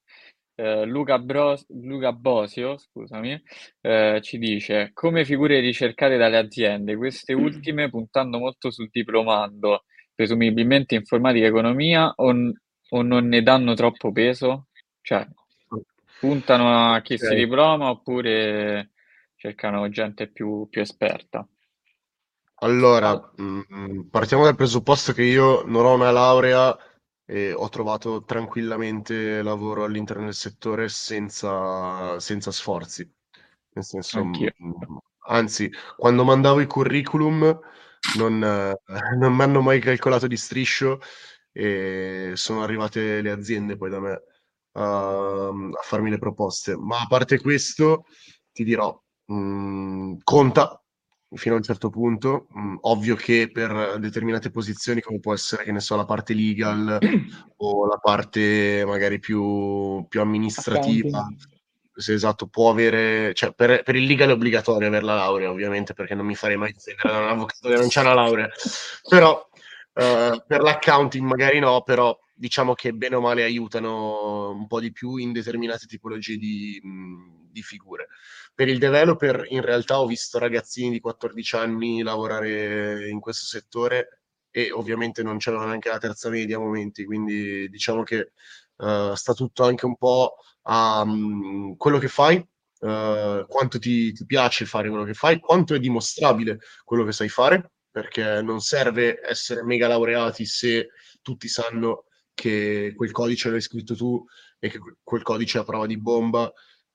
Luca Bosio, scusami, ci dice: come figure ricercate dalle aziende, queste ultime puntando molto sul diplomando, presumibilmente informatica e economia, o non ne danno troppo peso? Cioè, puntano a chi si Ok. diploma oppure cercano gente più esperta? Allora, Ah, partiamo dal presupposto che io non ho una laurea e ho trovato tranquillamente lavoro all'interno del settore senza sforzi. Nel senso, Anch'io. anzi, quando mandavo i curriculum non, non mi hanno mai calcolato di striscio e sono arrivate le aziende poi da me a farmi le proposte. Ma a parte questo, ti dirò, conta fino a un certo punto. Ovvio che per determinate posizioni, come può essere, che ne so, la parte legal o la parte magari più amministrativa, accounting. se esatto, può avere, cioè per il legal è obbligatorio avere la laurea, ovviamente, perché non mi farei mai intendere da un avvocato che non c'ha la laurea, però per l'accounting magari no, però diciamo che bene o male aiutano un po' di più in determinate tipologie di figure. Per il developer, in realtà ho visto ragazzini di 14 anni lavorare in questo settore e ovviamente non c'avevano neanche la terza media a momenti, quindi diciamo che sta tutto anche un po' a quello che fai, quanto ti piace fare quello che fai, quanto è dimostrabile quello che sai fare, perché non serve essere mega laureati se tutti sanno che quel codice l'hai scritto tu e che quel codice è a prova di bomba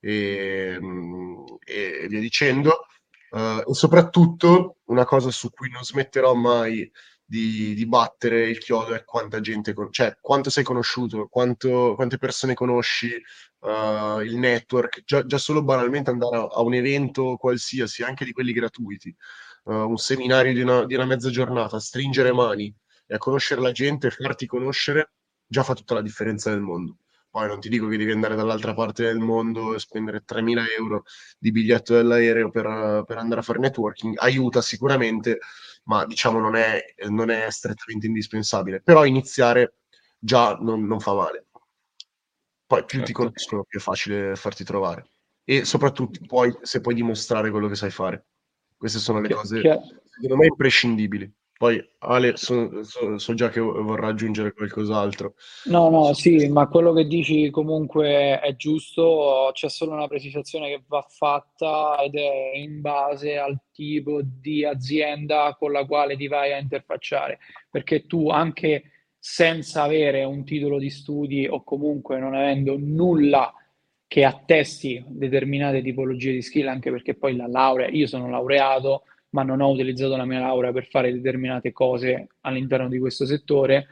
e via dicendo. E soprattutto una cosa su cui non smetterò mai di battere il chiodo è quanta gente, cioè quanto sei conosciuto, quante persone conosci, il network, già solo banalmente andare a un evento qualsiasi, anche di quelli gratuiti, un seminario di una mezza giornata, stringere mani e a conoscere la gente, farti conoscere, già fa tutta la differenza del mondo. Poi non ti dico che devi andare dall'altra parte del mondo e spendere 3.000 euro di biglietto dell'aereo per andare a fare networking, aiuta sicuramente, ma diciamo non è strettamente indispensabile. Però iniziare già non fa male. Poi più ti Certo. conoscono, più è facile farti trovare. E soprattutto poi se puoi dimostrare quello che sai fare. Queste sono le Chi- cose, chi- secondo me, imprescindibili. Poi Ale, so già che vorrà aggiungere qualcos'altro. No, no, sì, ma quello che dici comunque è giusto, c'è solo una precisazione che va fatta ed è in base al tipo di azienda con la quale ti vai a interfacciare, perché tu anche senza avere un titolo di studi o comunque non avendo nulla che attesti determinate tipologie di skill, anche perché poi la laurea, io sono laureato, ma non ho utilizzato la mia laurea per fare determinate cose all'interno di questo settore.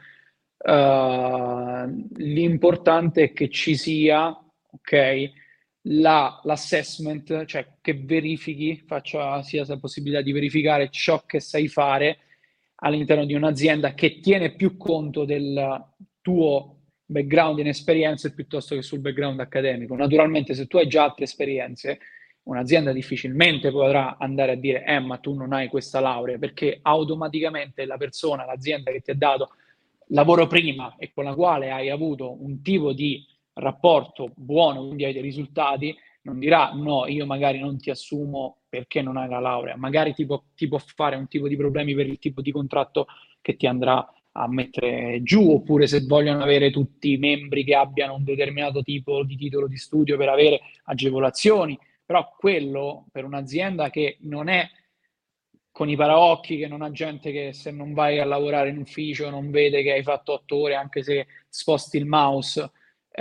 L'importante è che ci sia, ok, l'assessment, cioè che verifichi, sia la possibilità di verificare ciò che sai fare all'interno di un'azienda che tiene più conto del tuo background in esperienze piuttosto che sul background accademico. Naturalmente, se tu hai già altre esperienze, un'azienda difficilmente potrà andare a dire, ma tu non hai questa laurea, perché automaticamente la persona, l'azienda che ti ha dato lavoro prima e con la quale hai avuto un tipo di rapporto buono, quindi hai dei risultati, non dirà no, io magari non ti assumo perché non hai la laurea, magari ti può fare un tipo di problemi per il tipo di contratto che ti andrà a mettere giù, oppure se vogliono avere tutti i membri che abbiano un determinato tipo di titolo di studio per avere agevolazioni, però quello per un'azienda che non è con i paraocchi, che non ha gente che se non vai a lavorare in ufficio non vede che hai fatto 8 ore anche se sposti il mouse.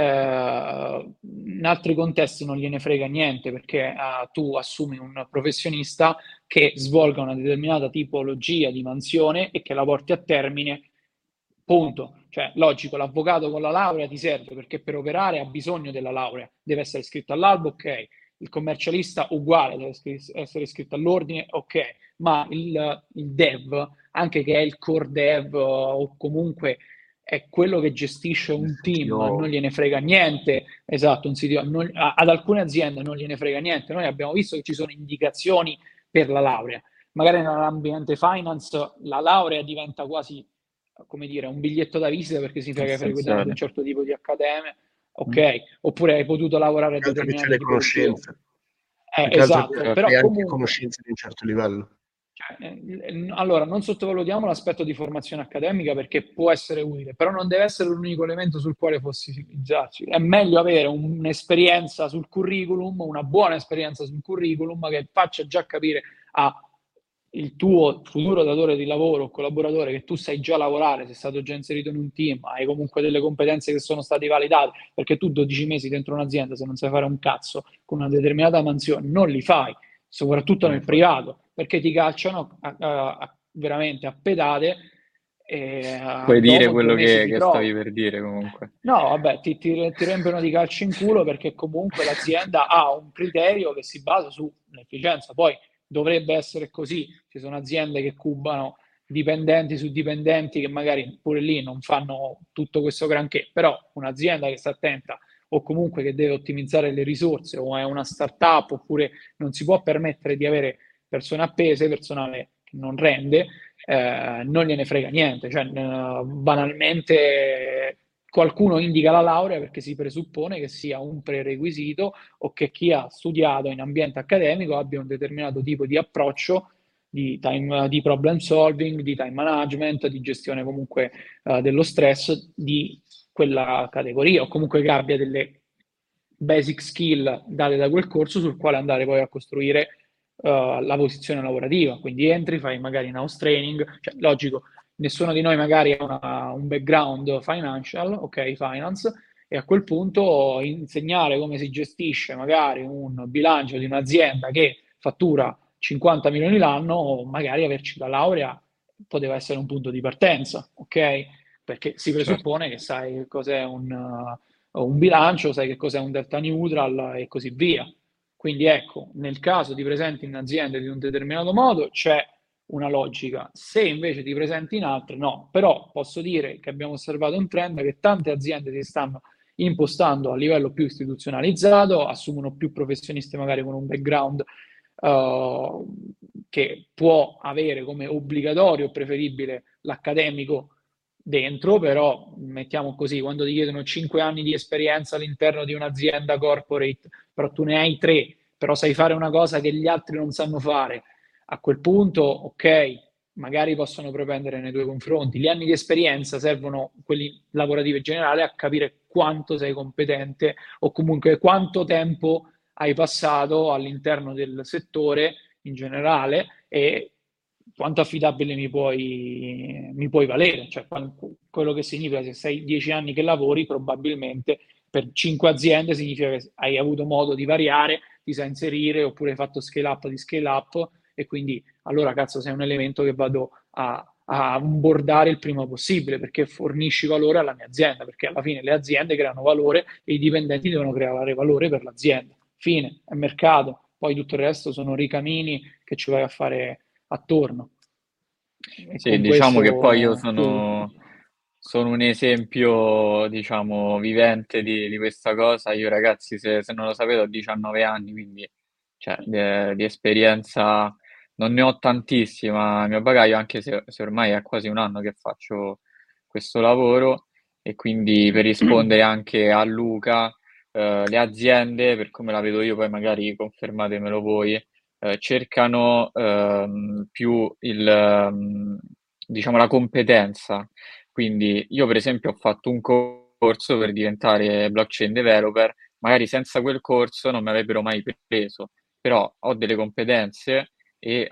In altri contesti non gliene frega niente perché tu assumi un professionista che svolga una determinata tipologia di mansione e che la porti a termine, punto. Cioè, logico, l'avvocato con la laurea ti serve perché per operare ha bisogno della laurea, deve essere iscritto all'albo, ok. Il commercialista uguale, deve essere iscritto all'ordine, ok. Ma il dev, anche che è il core dev o comunque è quello che gestisce Il un team, non CTO. gliene frega niente. Esatto, un CTO, ad alcune aziende non gliene frega niente. Noi abbiamo visto che ci sono indicazioni per la laurea. Magari nell'ambiente finance la laurea diventa quasi come dire, un biglietto da visita perché significa che hai frequentato un essenziale. certo tipo di accademia, ok, oppure hai potuto lavorare a Più che altro che c'è determinate le tipologie. conoscenze, più che altro Esatto, che però hai anche comunque, conoscenze di un certo livello. cioè, allora, non sottovalutiamo l'aspetto di formazione accademica perché può essere utile, però non deve essere l'unico elemento sul quale fossilizzarci. È meglio avere un'esperienza sul curriculum, una buona esperienza sul curriculum che faccia già capire al tuo futuro datore di lavoro o collaboratore che tu sai già lavorare, sei stato già inserito in un team, hai comunque delle competenze che sono state validate, perché tu 12 mesi dentro un'azienda, se non sai fare un cazzo con una determinata mansione, non li fai, soprattutto nel Infatti. privato, perché ti cacciano veramente a pedate e Puoi dire dopo due quello mesi di che prova. stavi per dire comunque. No, vabbè, ti riempiono di calci in culo perché comunque l'azienda ha un criterio che si basa sull'efficienza. Poi dovrebbe essere così. Ci sono aziende che cubano dipendenti su dipendenti che magari pure lì non fanno tutto questo granché, però un'azienda che sta attenta o comunque che deve ottimizzare le risorse o è una startup oppure non si può permettere di avere persone appese, personale che non rende, non gliene frega niente. Cioè, banalmente qualcuno indica la laurea perché si presuppone che sia un prerequisito o che chi ha studiato in ambiente accademico abbia un determinato tipo di approccio di problem solving, di time management, di gestione comunque dello stress di quella categoria o comunque che abbia delle basic skill date da quel corso sul quale andare poi a costruire la posizione lavorativa. Quindi entri, fai magari in house training, cioè logico, nessuno di noi magari ha un background financial, ok, finance, e a quel punto insegnare come si gestisce magari un bilancio di un'azienda che fattura 50 milioni l'anno, o magari averci la laurea poteva essere un punto di partenza, ok? Perché si Certo. presuppone che sai cos'è un bilancio, sai che cos'è un delta neutral e così via. Quindi ecco, nel caso ti presenti in aziende di un determinato modo c'è una logica, se invece ti presenti in altre no, però posso dire che abbiamo osservato un trend che tante aziende si stanno impostando a livello più istituzionalizzato, assumono più professionisti magari con un background che può avere come obbligatorio o preferibile l'accademico dentro, però mettiamo così, quando ti chiedono 5 anni di esperienza all'interno di un'azienda corporate, però tu ne hai 3, però sai fare una cosa che gli altri non sanno fare, a quel punto, ok, magari possono propendere nei tuoi confronti. Gli anni di esperienza servono, quelli lavorativi in generale, a capire quanto sei competente o comunque quanto tempo hai passato all'interno del settore in generale e quanto affidabile mi puoi valere. Cioè, quello che significa se sei 10 anni che lavori, probabilmente per 5 aziende significa che hai avuto modo di variare, ti sai inserire oppure hai fatto scale up di scale up e quindi allora cazzo sei un elemento che vado a onboardare il prima possibile perché fornisci valore alla mia azienda, perché alla fine le aziende creano valore e i dipendenti devono creare valore per l'azienda. Fine, è mercato, poi tutto il resto sono ricamini che ci vai a fare attorno. E Sì, con diciamo che poi io questo chiudo. sono un esempio, diciamo, vivente di questa cosa. Io, ragazzi, se non lo sapete, ho 19 anni, quindi cioè, di esperienza non ne ho tantissima. Il mio bagaglio, anche se ormai è quasi un anno che faccio questo lavoro, e quindi per rispondere anche a Luca, le aziende, per come la vedo io, poi magari confermatemelo voi, cercano più diciamo, la competenza. Quindi io, per esempio, ho fatto un corso per diventare blockchain developer, magari senza quel corso non mi avrebbero mai preso, però ho delle competenze e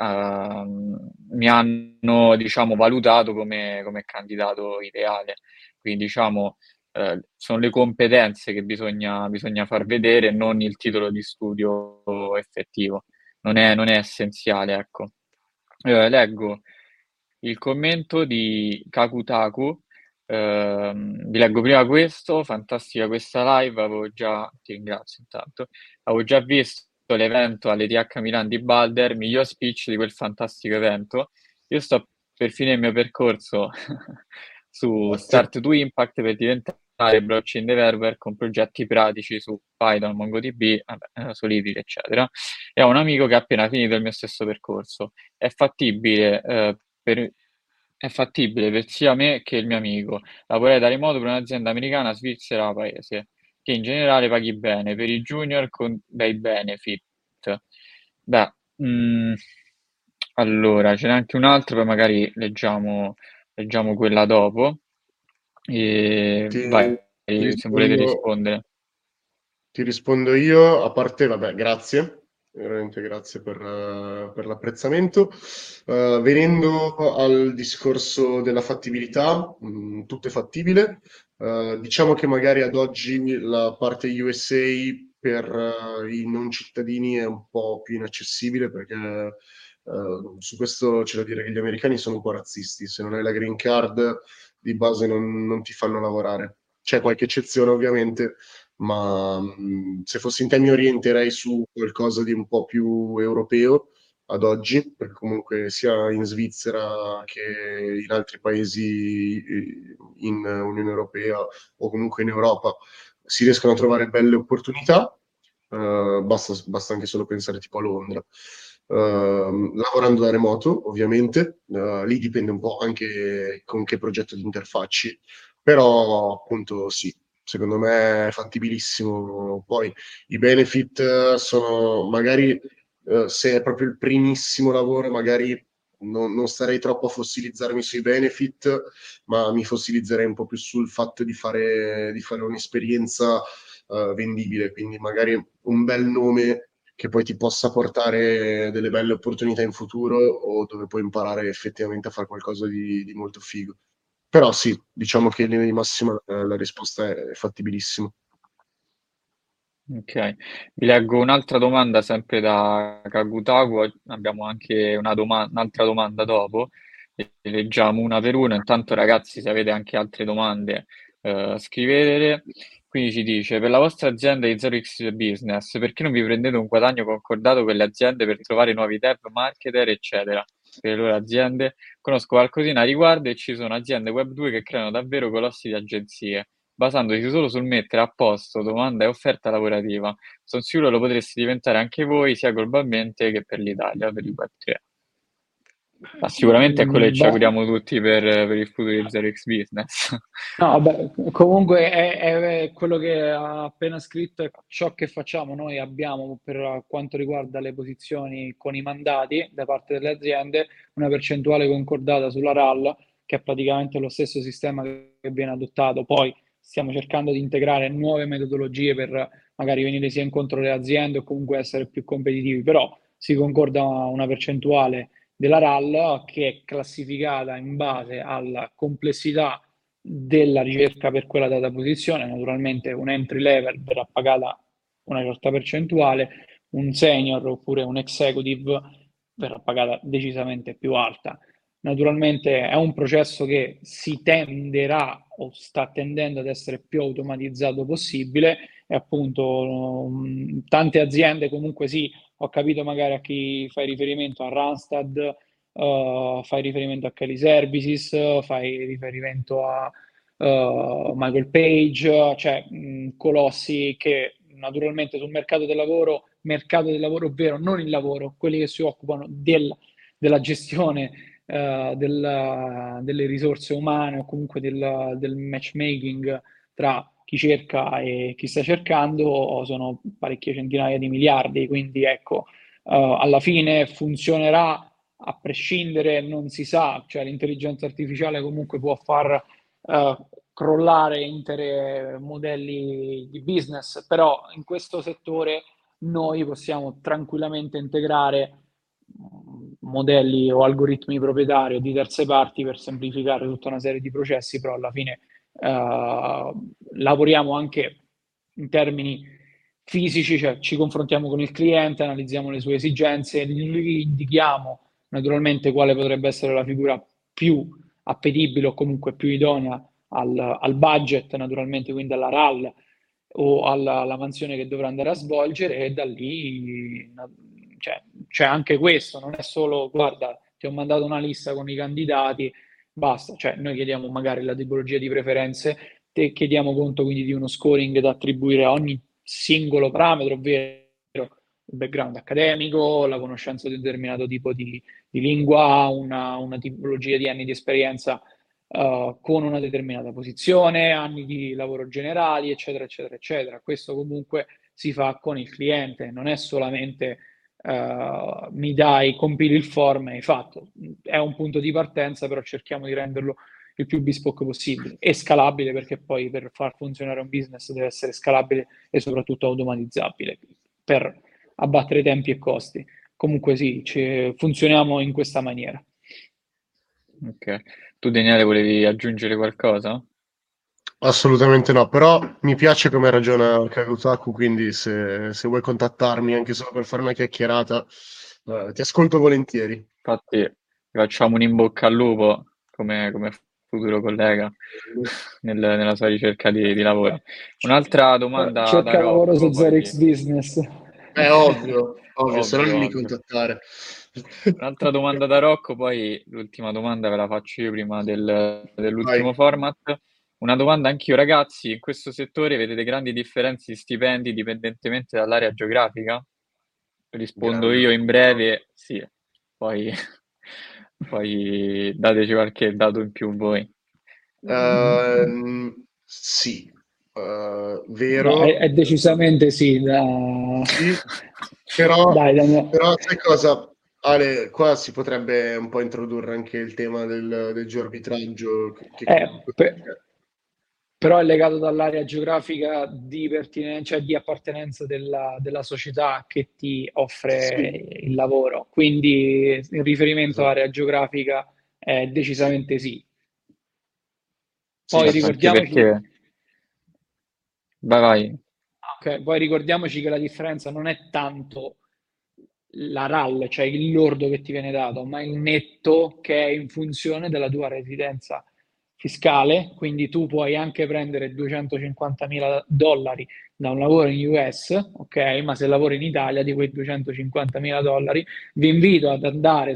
mi hanno, diciamo, valutato come candidato ideale. Quindi, diciamo, sono le competenze che bisogna far vedere, non il titolo di studio effettivo. Non è essenziale, ecco. Leggo il commento di Kakutaku. Vi leggo prima questo: fantastica questa live, ti ringrazio intanto, avevo già visto l'evento all'ETH Milan di Balder, miglior speech di quel fantastico evento. Io sto per finire il mio percorso su Grazie. Start to Impact per diventare blockchain developer con progetti pratici su Python, MongoDB, vabbè, Solidity, eccetera. E ho un amico che ha appena finito il mio stesso percorso. È fattibile per È fattibile per sia me che il mio amico. Lavorare da remoto per un'azienda americana, Svizzera, paese, che in generale paghi bene, per i junior con bei benefit. Beh, allora, ce n'è anche un altro, poi magari leggiamo quella dopo. E Ti, vai, ti se volete rispondo, rispondere. ti rispondo io, a parte, vabbè, grazie, veramente grazie per l'apprezzamento. Venendo al discorso della fattibilità, tutto è fattibile. Diciamo che magari ad oggi la parte USA per i non cittadini è un po' più inaccessibile perché su questo c'è da dire che gli americani sono un po' razzisti. Se non hai la green card, di base non ti fanno lavorare. C'è qualche eccezione, ovviamente, ma se fossi in te mi orienterei su qualcosa di un po' più europeo ad oggi, perché comunque sia in Svizzera che in altri paesi in Unione Europea o comunque in Europa si riescono a trovare belle opportunità. Basta anche solo pensare tipo a Londra. Lavorando da remoto, ovviamente, lì dipende un po' anche con che progetto di interfacci, però appunto sì, secondo me è fattibilissimo. Poi i benefit sono magari se è proprio il primissimo lavoro, magari non starei troppo a fossilizzarmi sui benefit, ma mi fossilizzerei un po' più sul fatto di fare un'esperienza vendibile, quindi magari un bel nome che poi ti possa portare delle belle opportunità in futuro o dove puoi imparare effettivamente a fare qualcosa di molto figo. Però sì, diciamo che in linea di massima la risposta è fattibilissima. Ok, vi leggo un'altra domanda sempre da Kagutaku, abbiamo anche un'altra domanda dopo, e leggiamo una per una. Intanto ragazzi, se avete anche altre domande, scrivetele. Quindi ci dice, per la vostra azienda di 0x Business, perché non vi prendete un guadagno concordato con le aziende per trovare nuovi dev, marketer, eccetera, per le loro aziende? Conosco qualcosina a riguardo e ci sono aziende web 2 che creano davvero colossi di agenzie basandosi solo sul mettere a posto domanda e offerta lavorativa. Sono sicuro lo potreste diventare anche voi, sia globalmente che per l'Italia, per il Web3. Ma sicuramente è quello che ci Beh, auguriamo tutti per il futuro di 0x Business. no, vabbè, comunque è quello che ha appena scritto, è ciò che facciamo. Noi abbiamo, per quanto riguarda le posizioni con i mandati da parte delle aziende, una percentuale concordata sulla RAL, che è praticamente lo stesso sistema che viene adottato. Poi stiamo cercando di integrare nuove metodologie per magari venire sia incontro alle aziende o comunque essere più competitivi, però si concorda una percentuale della RAL che è classificata in base alla complessità della ricerca per quella data posizione. Naturalmente un entry level verrà pagata una certa percentuale, un senior oppure un executive verrà pagata decisamente più alta. Naturalmente è un processo che si tenderà o sta tendendo ad essere più automatizzato possibile e appunto tante aziende comunque sì, ho capito magari a chi fai riferimento, a Randstad, fai riferimento a Kelly Services, fai riferimento a Michael Page, cioè colossi che naturalmente sul mercato del lavoro vero, non il lavoro, quelli che si occupano della gestione delle risorse umane o comunque del matchmaking tra chi cerca e chi sta cercando, sono parecchie centinaia di miliardi, quindi ecco, alla fine funzionerà a prescindere, non si sa, cioè l'intelligenza artificiale comunque può far eh, crollare interi modelli di business, però in questo settore noi possiamo tranquillamente integrare modelli o algoritmi proprietari o di terze parti per semplificare tutta una serie di processi, però alla fine lavoriamo anche in termini fisici, cioè ci confrontiamo con il cliente, analizziamo le sue esigenze, gli indichiamo naturalmente quale potrebbe essere la figura più appetibile o comunque più idonea al budget, naturalmente, quindi alla RAL o alla mansione che dovrà andare a svolgere e da lì cioè, c'è anche questo, non è solo guarda, ti ho mandato una lista con i candidati, basta, cioè noi chiediamo magari la tipologia di preferenze, chiediamo conto quindi di uno scoring da attribuire a ogni singolo parametro, ovvero background accademico, la conoscenza di un determinato tipo di lingua, una tipologia di anni di esperienza con una determinata posizione, anni di lavoro generali, eccetera, eccetera, eccetera. Questo comunque si fa con il cliente, non è solamente mi dai, compili il form e hai fatto. È un punto di partenza, però cerchiamo di renderlo il più bespoke possibile e scalabile, perché poi per far funzionare un business deve essere scalabile e soprattutto automatizzabile per abbattere tempi e costi. Comunque sì, funzioniamo in questa maniera. Ok. Tu, Daniele, volevi aggiungere qualcosa? Assolutamente no, però mi piace come ragiona Kagutaku, quindi se vuoi contattarmi anche solo per fare una chiacchierata, ti ascolto volentieri. Infatti, ti facciamo un in bocca al lupo come futuro collega nella sua ricerca di lavoro. Un'altra domanda da Cerca lavoro Rocco, su poi 0x Business. È ovvio, ovvio, se no ovvio, non mi ovvio. contattare. Un'altra domanda da Rocco, poi l'ultima domanda ve la faccio io prima dell'ultimo Vai, format. Una domanda anch'io, ragazzi, in questo settore vedete grandi differenze di stipendi dipendentemente dall'area geografica? Rispondo grande io in domanda. breve, sì, poi, poi dateci qualche dato in più voi. Sì, No, vero, è decisamente sì. sì, però, Dai, Daniele. però sai cosa? Ale, qua si potrebbe un po' introdurre anche il tema del geoarbitraggio, che comunque... Però è legato dall'area geografica di pertinenza, cioè di appartenenza della società che ti offre Sì, il lavoro. Quindi in riferimento esatto, all'area geografica è sì, decisamente sì. sì, Poi sì, Certo, sì. anche ricordiamoci, perché... Vai, vai. ok, poi ricordiamoci che la differenza non è tanto la RAL, cioè il lordo che ti viene dato, ma il netto che è in funzione della tua residenza fiscale. Quindi tu puoi anche prendere 250 mila dollari da un lavoro in US, ok? Ma se lavori in Italia di quei 250 mila dollari, vi invito ad andare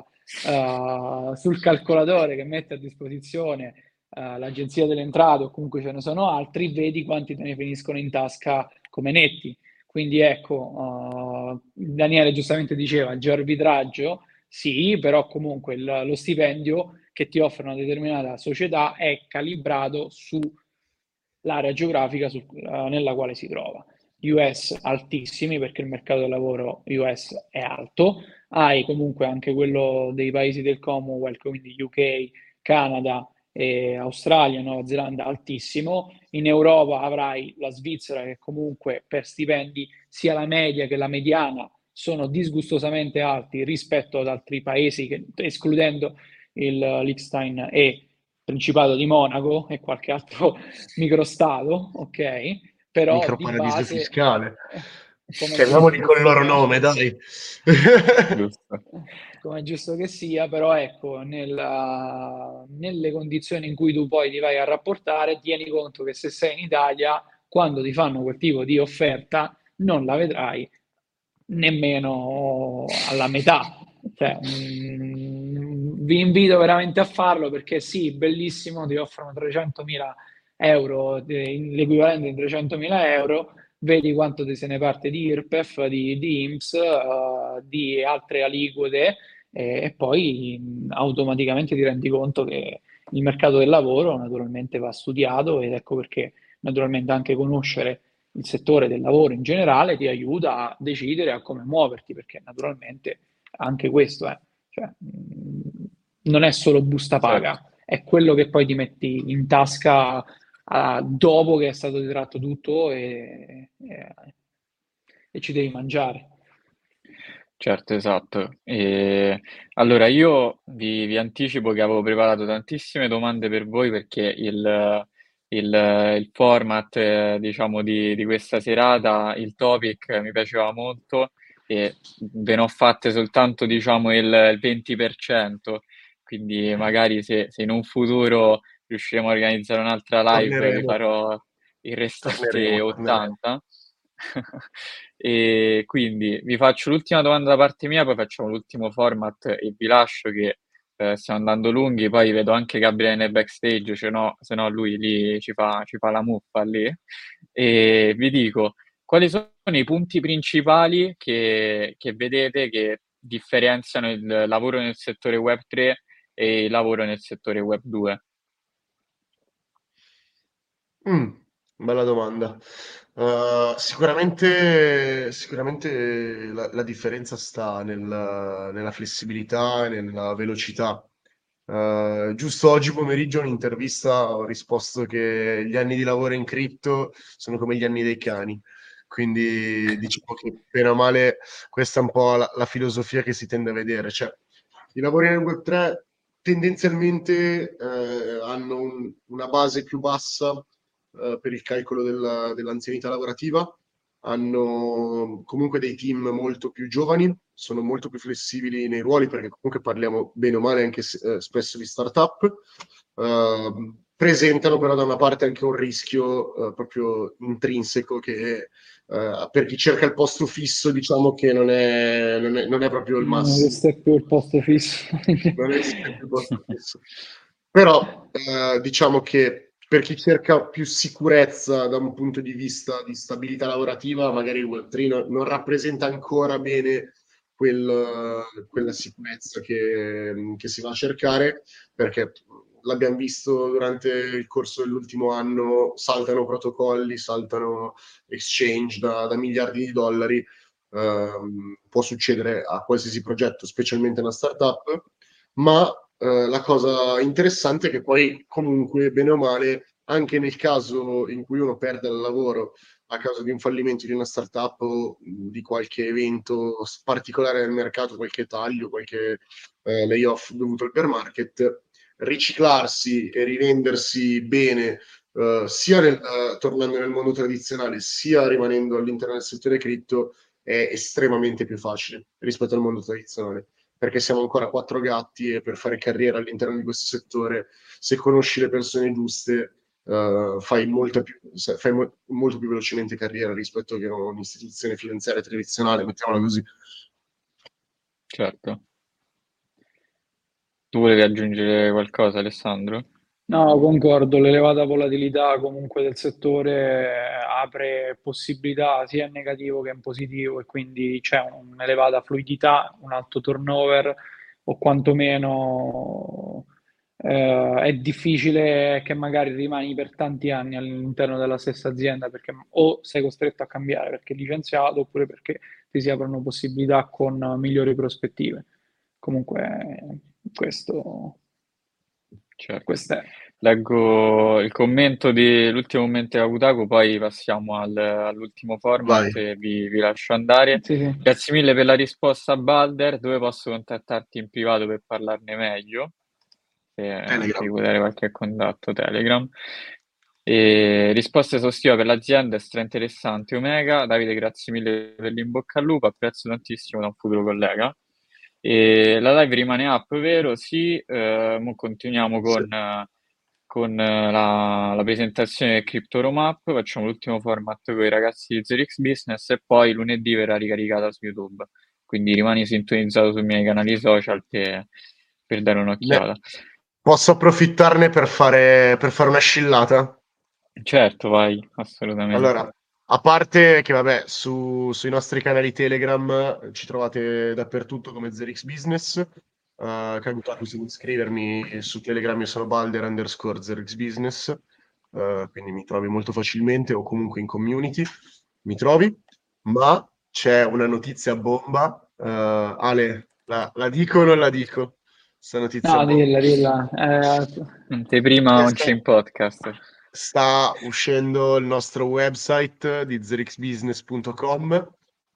sul calcolatore che mette a disposizione l'Agenzia delle Entrate, o comunque ce ne sono altri, vedi quanti te ne finiscono in tasca come netti. Quindi ecco, Daniele giustamente diceva, il geoarbitraggio sì, però comunque lo stipendio che ti offre una determinata società è calibrato sull'area geografica nella quale si trova. US altissimi perché il mercato del lavoro US è alto, hai comunque anche quello dei paesi del Commonwealth, quindi UK, Canada, Australia, Nuova Zelanda altissimo. In Europa avrai la Svizzera che comunque per stipendi sia la media che la mediana sono disgustosamente alti rispetto ad altri paesi, escludendo il Liechtenstein e Principato di Monaco e qualche altro microstato, ok? Però di Microparadiso base, fiscale. come è Chiamiamoli giusto che col loro sia, nome, dai. Giusto. come è giusto che sia, però ecco, nelle condizioni in cui tu poi ti vai a rapportare, tieni conto che se sei in Italia, quando ti fanno quel tipo di offerta, non la vedrai nemmeno alla metà. Cioè, vi invito veramente a farlo perché sì, bellissimo, ti offrono 300.000 euro, l'equivalente di 300.000 euro, vedi quanto ti se ne parte di IRPEF, di INPS, di altre aliquote e poi automaticamente ti rendi conto che il mercato del lavoro naturalmente va studiato ed ecco perché naturalmente anche conoscere il settore del lavoro in generale ti aiuta a decidere a come muoverti, perché naturalmente anche questo è, cioè, non è solo busta Certo. paga, è quello che poi ti metti in tasca dopo che è stato ritratto tutto e ci devi mangiare. Certo, esatto. Allora, io vi anticipo che avevo preparato tantissime domande per voi perché il format, diciamo, di questa serata, il topic mi piaceva molto e ve ne ho fatte soltanto, diciamo, il 20%, quindi magari se in un futuro riusciremo a organizzare un'altra live vi Torneremo, farò il restante torneremo. 80. E quindi vi faccio l'ultima domanda da parte mia, poi facciamo l'ultimo format e vi lascio che stiamo andando lunghi, poi vedo anche Gabriele nel backstage, se no lui lì ci fa la muffa lì. E vi dico, quali sono i punti principali che vedete che differenziano il lavoro nel settore Web 3 e il lavoro nel settore Web 2? Mm, bella domanda. Sicuramente la differenza sta nella flessibilità e nella velocità. Giusto oggi pomeriggio in un'intervista ho risposto che gli anni di lavoro in cripto sono come gli anni dei cani. Quindi diciamo che bene o male questa è un po' la filosofia che si tende a vedere. Cioè, i lavori nel Web3 tendenzialmente hanno una base più bassa per il calcolo dell'anzianità lavorativa, hanno comunque dei team molto più giovani, sono molto più flessibili nei ruoli perché comunque parliamo bene o male anche spesso di startup. Presentano però da una parte anche un rischio proprio intrinseco che per chi cerca il posto fisso diciamo che non è proprio il Non massimo. esiste più il posto fisso. Non esiste più il posto fisso. Però diciamo che per chi cerca più sicurezza da un punto di vista di stabilità lavorativa, magari il Web3 non rappresenta ancora bene quella sicurezza che si va a cercare, perché l'abbiamo visto durante il corso dell'ultimo anno, saltano protocolli, saltano exchange da miliardi di dollari. Può succedere a qualsiasi progetto, specialmente una startup, ma la cosa interessante è che poi comunque, bene o male, anche nel caso in cui uno perde il lavoro a causa di un fallimento di una startup o di qualche evento particolare del mercato, qualche taglio, qualche layoff dovuto al bear market, riciclarsi e rivendersi bene, sia tornando nel mondo tradizionale, sia rimanendo all'interno del settore cripto, è estremamente più facile rispetto al mondo tradizionale perché siamo ancora quattro gatti e per fare carriera all'interno di questo settore, se conosci le persone giuste, fai molto più velocemente carriera rispetto che a un'istituzione finanziaria tradizionale, mettiamola così. Certo. Tu volevi aggiungere qualcosa, Alessandro? No, concordo, l'elevata volatilità comunque del settore apre possibilità sia in negativo che in positivo e quindi c'è un'elevata fluidità, un alto turnover o quantomeno è difficile che magari rimani per tanti anni all'interno della stessa azienda perché o sei costretto a cambiare perché licenziato oppure perché ti si aprono possibilità con migliori prospettive. Comunque questo, Certo. questo è. Leggo il commento dell'ultimo commento di Akutaku, poi passiamo all'ultimo Vai. format e vi lascio andare. Sì, sì. Grazie mille per la risposta, Balder. Dove posso contattarti in privato per parlarne meglio? Se ti Telegram. vuoi dare qualche contatto, Telegram. E risposta esaustiva per l'azienda, stra interessante. Omega, Davide, grazie mille per l'in bocca al lupo, apprezzo tantissimo da un futuro collega. E la live rimane up, vero? Sì, mo continuiamo Sì. con la presentazione del Crypto Roadmap, facciamo l'ultimo format con i ragazzi di 0x Business e poi lunedì verrà ricaricata su YouTube. Quindi rimani sintonizzato sui miei canali social per dare Ne- un'occhiata. Posso approfittarne per fare una scillata? Certo, vai, assolutamente. Allora, a parte che vabbè, sui nostri canali Telegram ci trovate dappertutto come 0x Business, che aiutate a iscrivermi su Telegram, io sono Balder_0x Business, quindi mi trovi molto facilmente o comunque in community, mi trovi, ma c'è una notizia bomba, Ale, la dico o non la dico? Questa notizia No, bomba. dilla, dilla. Anteprima on-chain podcast. Sta uscendo il nostro website di 0xbusiness.com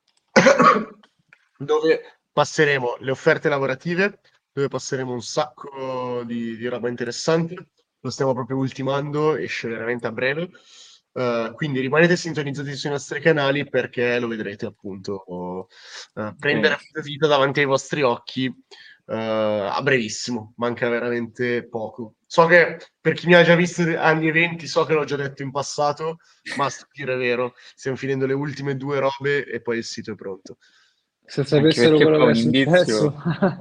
dove passeremo le offerte lavorative, dove passeremo un sacco di roba interessante. Lo stiamo proprio ultimando, esce veramente a breve. Quindi rimanete sintonizzati sui nostri canali perché lo vedrete appunto prendere Benissimo. vita davanti ai vostri occhi a brevissimo, manca veramente poco. So che per chi mi ha già visto anni eventi, so che l'ho già detto in passato, ma sto dire è vero, stiamo finendo le ultime due robe e poi il sito è pronto. Se Anche sapessero perché quello che poi è successo.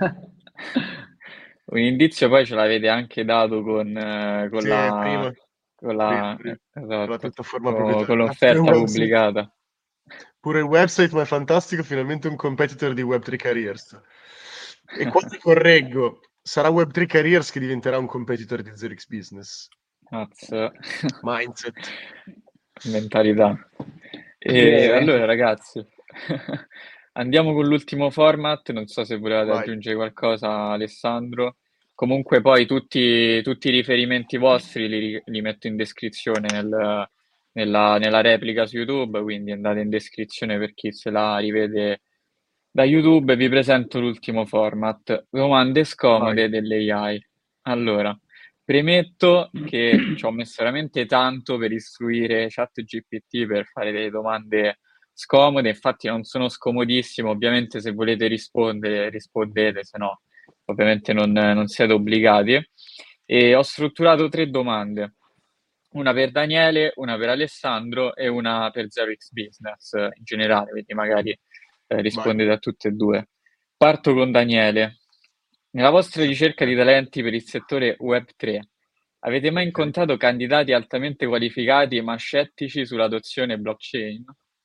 un indizio poi ce l'avete anche dato con Sì, la, prima, prima, con la esatto, piattaforma con proprietaria. l'offerta pubblicata. Pure il website, ma è fantastico, finalmente un competitor di Web3 Careers. E qua ti correggo, sarà Web3 Careers che diventerà un competitor di Zero X Business. Cazzo. Mindset. Mentalità. E Direi. allora, ragazzi, andiamo con l'ultimo format. Non so se volevate Vai. aggiungere qualcosa, Alessandro. Comunque, poi tutti i riferimenti vostri li metto in descrizione nella replica su YouTube. Quindi andate in descrizione per chi se la rivede da YouTube. Vi presento l'ultimo format: domande scomode Vai. dell'AI. Allora. Premetto che ci ho messo veramente tanto per istruire ChatGPT per fare delle domande scomode, infatti non sono scomodissimo, ovviamente se volete rispondere rispondete, se no ovviamente non siete obbligati. E ho strutturato 3 domande, una per Daniele, una per Alessandro e una per 0x Business in generale, quindi magari Vai. rispondete a tutte e due. Parto con Daniele. Nella vostra ricerca di talenti per il settore Web3, avete mai Ok. incontrato candidati altamente qualificati ma scettici sull'adozione blockchain?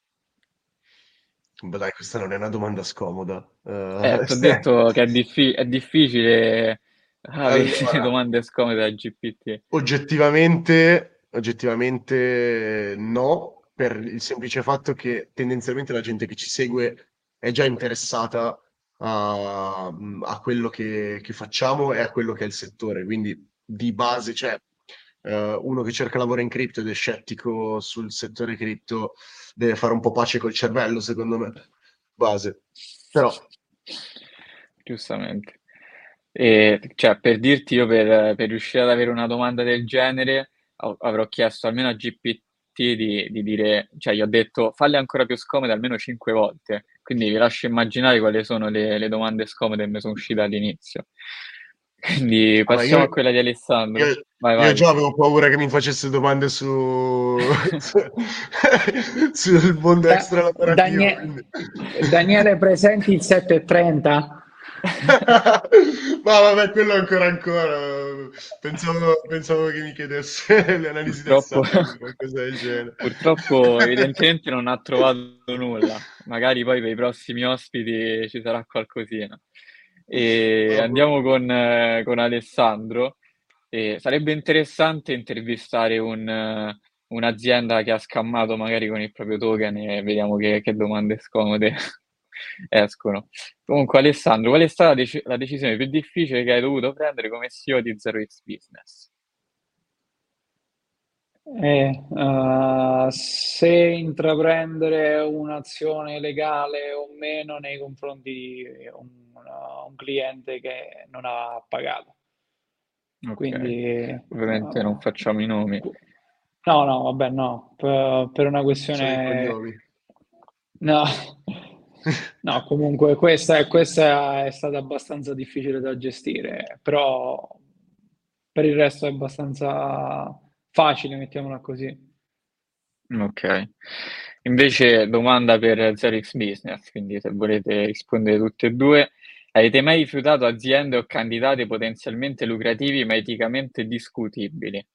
Beh, dai, questa non è una domanda scomoda. Ti ho detto che è difficile avere le Allora, domande scomode da GPT. oggettivamente no, per il semplice fatto che tendenzialmente la gente che ci segue è già interessata a quello che facciamo e a quello che è il settore. Quindi di base, cioè, uno che cerca lavoro in cripto ed è scettico sul settore cripto deve fare un po' pace col cervello, secondo me. Base. Però, Giustamente. E, cioè, per dirti, io per riuscire ad avere una domanda del genere avrò chiesto almeno a GPT di dire, cioè gli ho detto falle ancora più scomode almeno 5 volte, quindi vi lascio immaginare quali sono le domande scomode che mi sono uscite all'inizio. Quindi vabbè, passiamo a quella di Alessandro. io- Vai, io vai. già avevo paura che mi facesse domande sul mondo extra lavorativo, Danie- quindi... Daniele, presenti il 7:30? Ma vabbè, quello ancora. Pensavo che mi chiedesse le analisi del Purtroppo, sangue, qualcosa del genere. purtroppo evidentemente non ha trovato nulla. Magari poi per i prossimi ospiti ci sarà qualcosina. E Vabbè. andiamo con Alessandro. E sarebbe interessante intervistare un'azienda che ha scammato magari con il proprio token e vediamo che domande scomode escono. Comunque, Alessandro, qual è stata la decisione più difficile che hai dovuto prendere come CEO di 0x Business? Se intraprendere un'azione legale o meno nei confronti di un cliente che non ha pagato. Ok, Quindi, ovviamente non facciamo i nomi. no, no, vabbè, no, per una Solo i questione, cognomi. no, no, comunque questa è stata abbastanza difficile da gestire, però per il resto è abbastanza facile, mettiamola così. Ok. Invece, domanda per 0x Business, quindi se volete rispondere tutte e due. Avete mai rifiutato aziende o candidati potenzialmente lucrativi ma eticamente discutibili?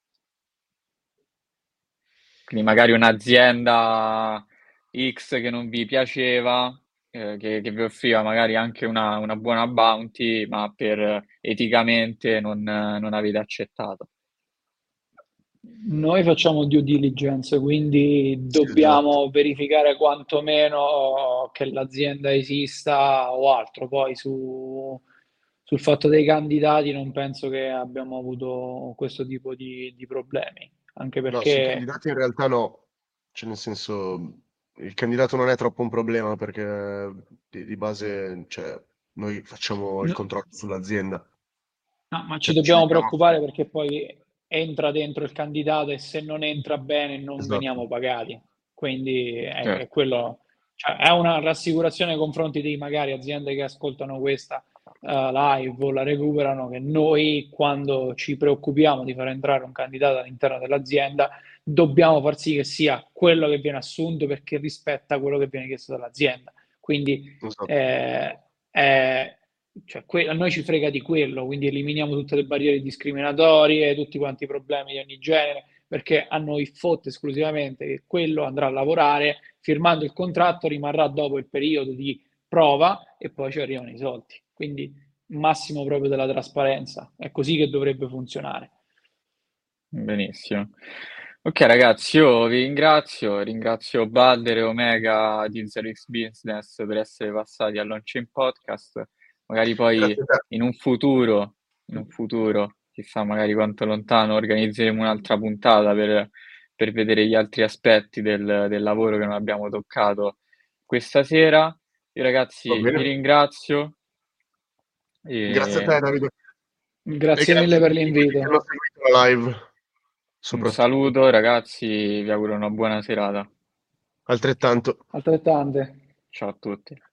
Quindi magari un'azienda X che non vi piaceva, che vi offriva magari anche una buona bounty, ma per eticamente non avete accettato. Noi facciamo due diligence, quindi Sì, esatto. dobbiamo verificare quantomeno che l'azienda esista o altro. Poi sul fatto dei candidati non penso che abbiamo avuto questo tipo di problemi, anche No, sui perché candidati in realtà no. Cioè, nel senso, il candidato non è troppo un problema perché di base, cioè, noi facciamo il no, controllo sull'azienda. no, ma ci Cioè, ci dobbiamo mettiamo a preoccupare perché poi entra dentro il candidato e se non entra bene non Esatto. veniamo pagati. Quindi è Certo. quello, cioè, è una rassicurazione nei confronti di magari aziende che ascoltano questa live o la recuperano, che noi quando ci preoccupiamo di far entrare un candidato all'interno dell'azienda dobbiamo far sì che sia quello che viene assunto perché rispetta quello che viene chiesto dall'azienda. Quindi Esatto. eh, è, cioè, a noi ci frega di quello, quindi eliminiamo tutte le barriere discriminatorie, tutti quanti i problemi di ogni genere, perché a noi fotte esclusivamente che quello andrà a lavorare firmando il contratto rimarrà dopo il periodo di prova e poi ci arrivano i soldi. Quindi massimo proprio della trasparenza, è così che dovrebbe funzionare. Benissimo. Ok ragazzi, io vi ringrazio Balder e Omega di ZeroX Business per essere passati al Launching Podcast. Magari poi Grazie a te. in un futuro, chissà magari quanto lontano, organizzeremo un'altra puntata per vedere gli altri aspetti del lavoro che non abbiamo toccato questa sera. Io Va ragazzi vi bene. ringrazio Grazie a e te, Davide. E Grazie grazie mille a per tutti quelli che hanno l'invito. seguito la live, un soprattutto. saluto ragazzi, vi auguro una buona serata. Altrettanto. Altrettante. Ciao a tutti.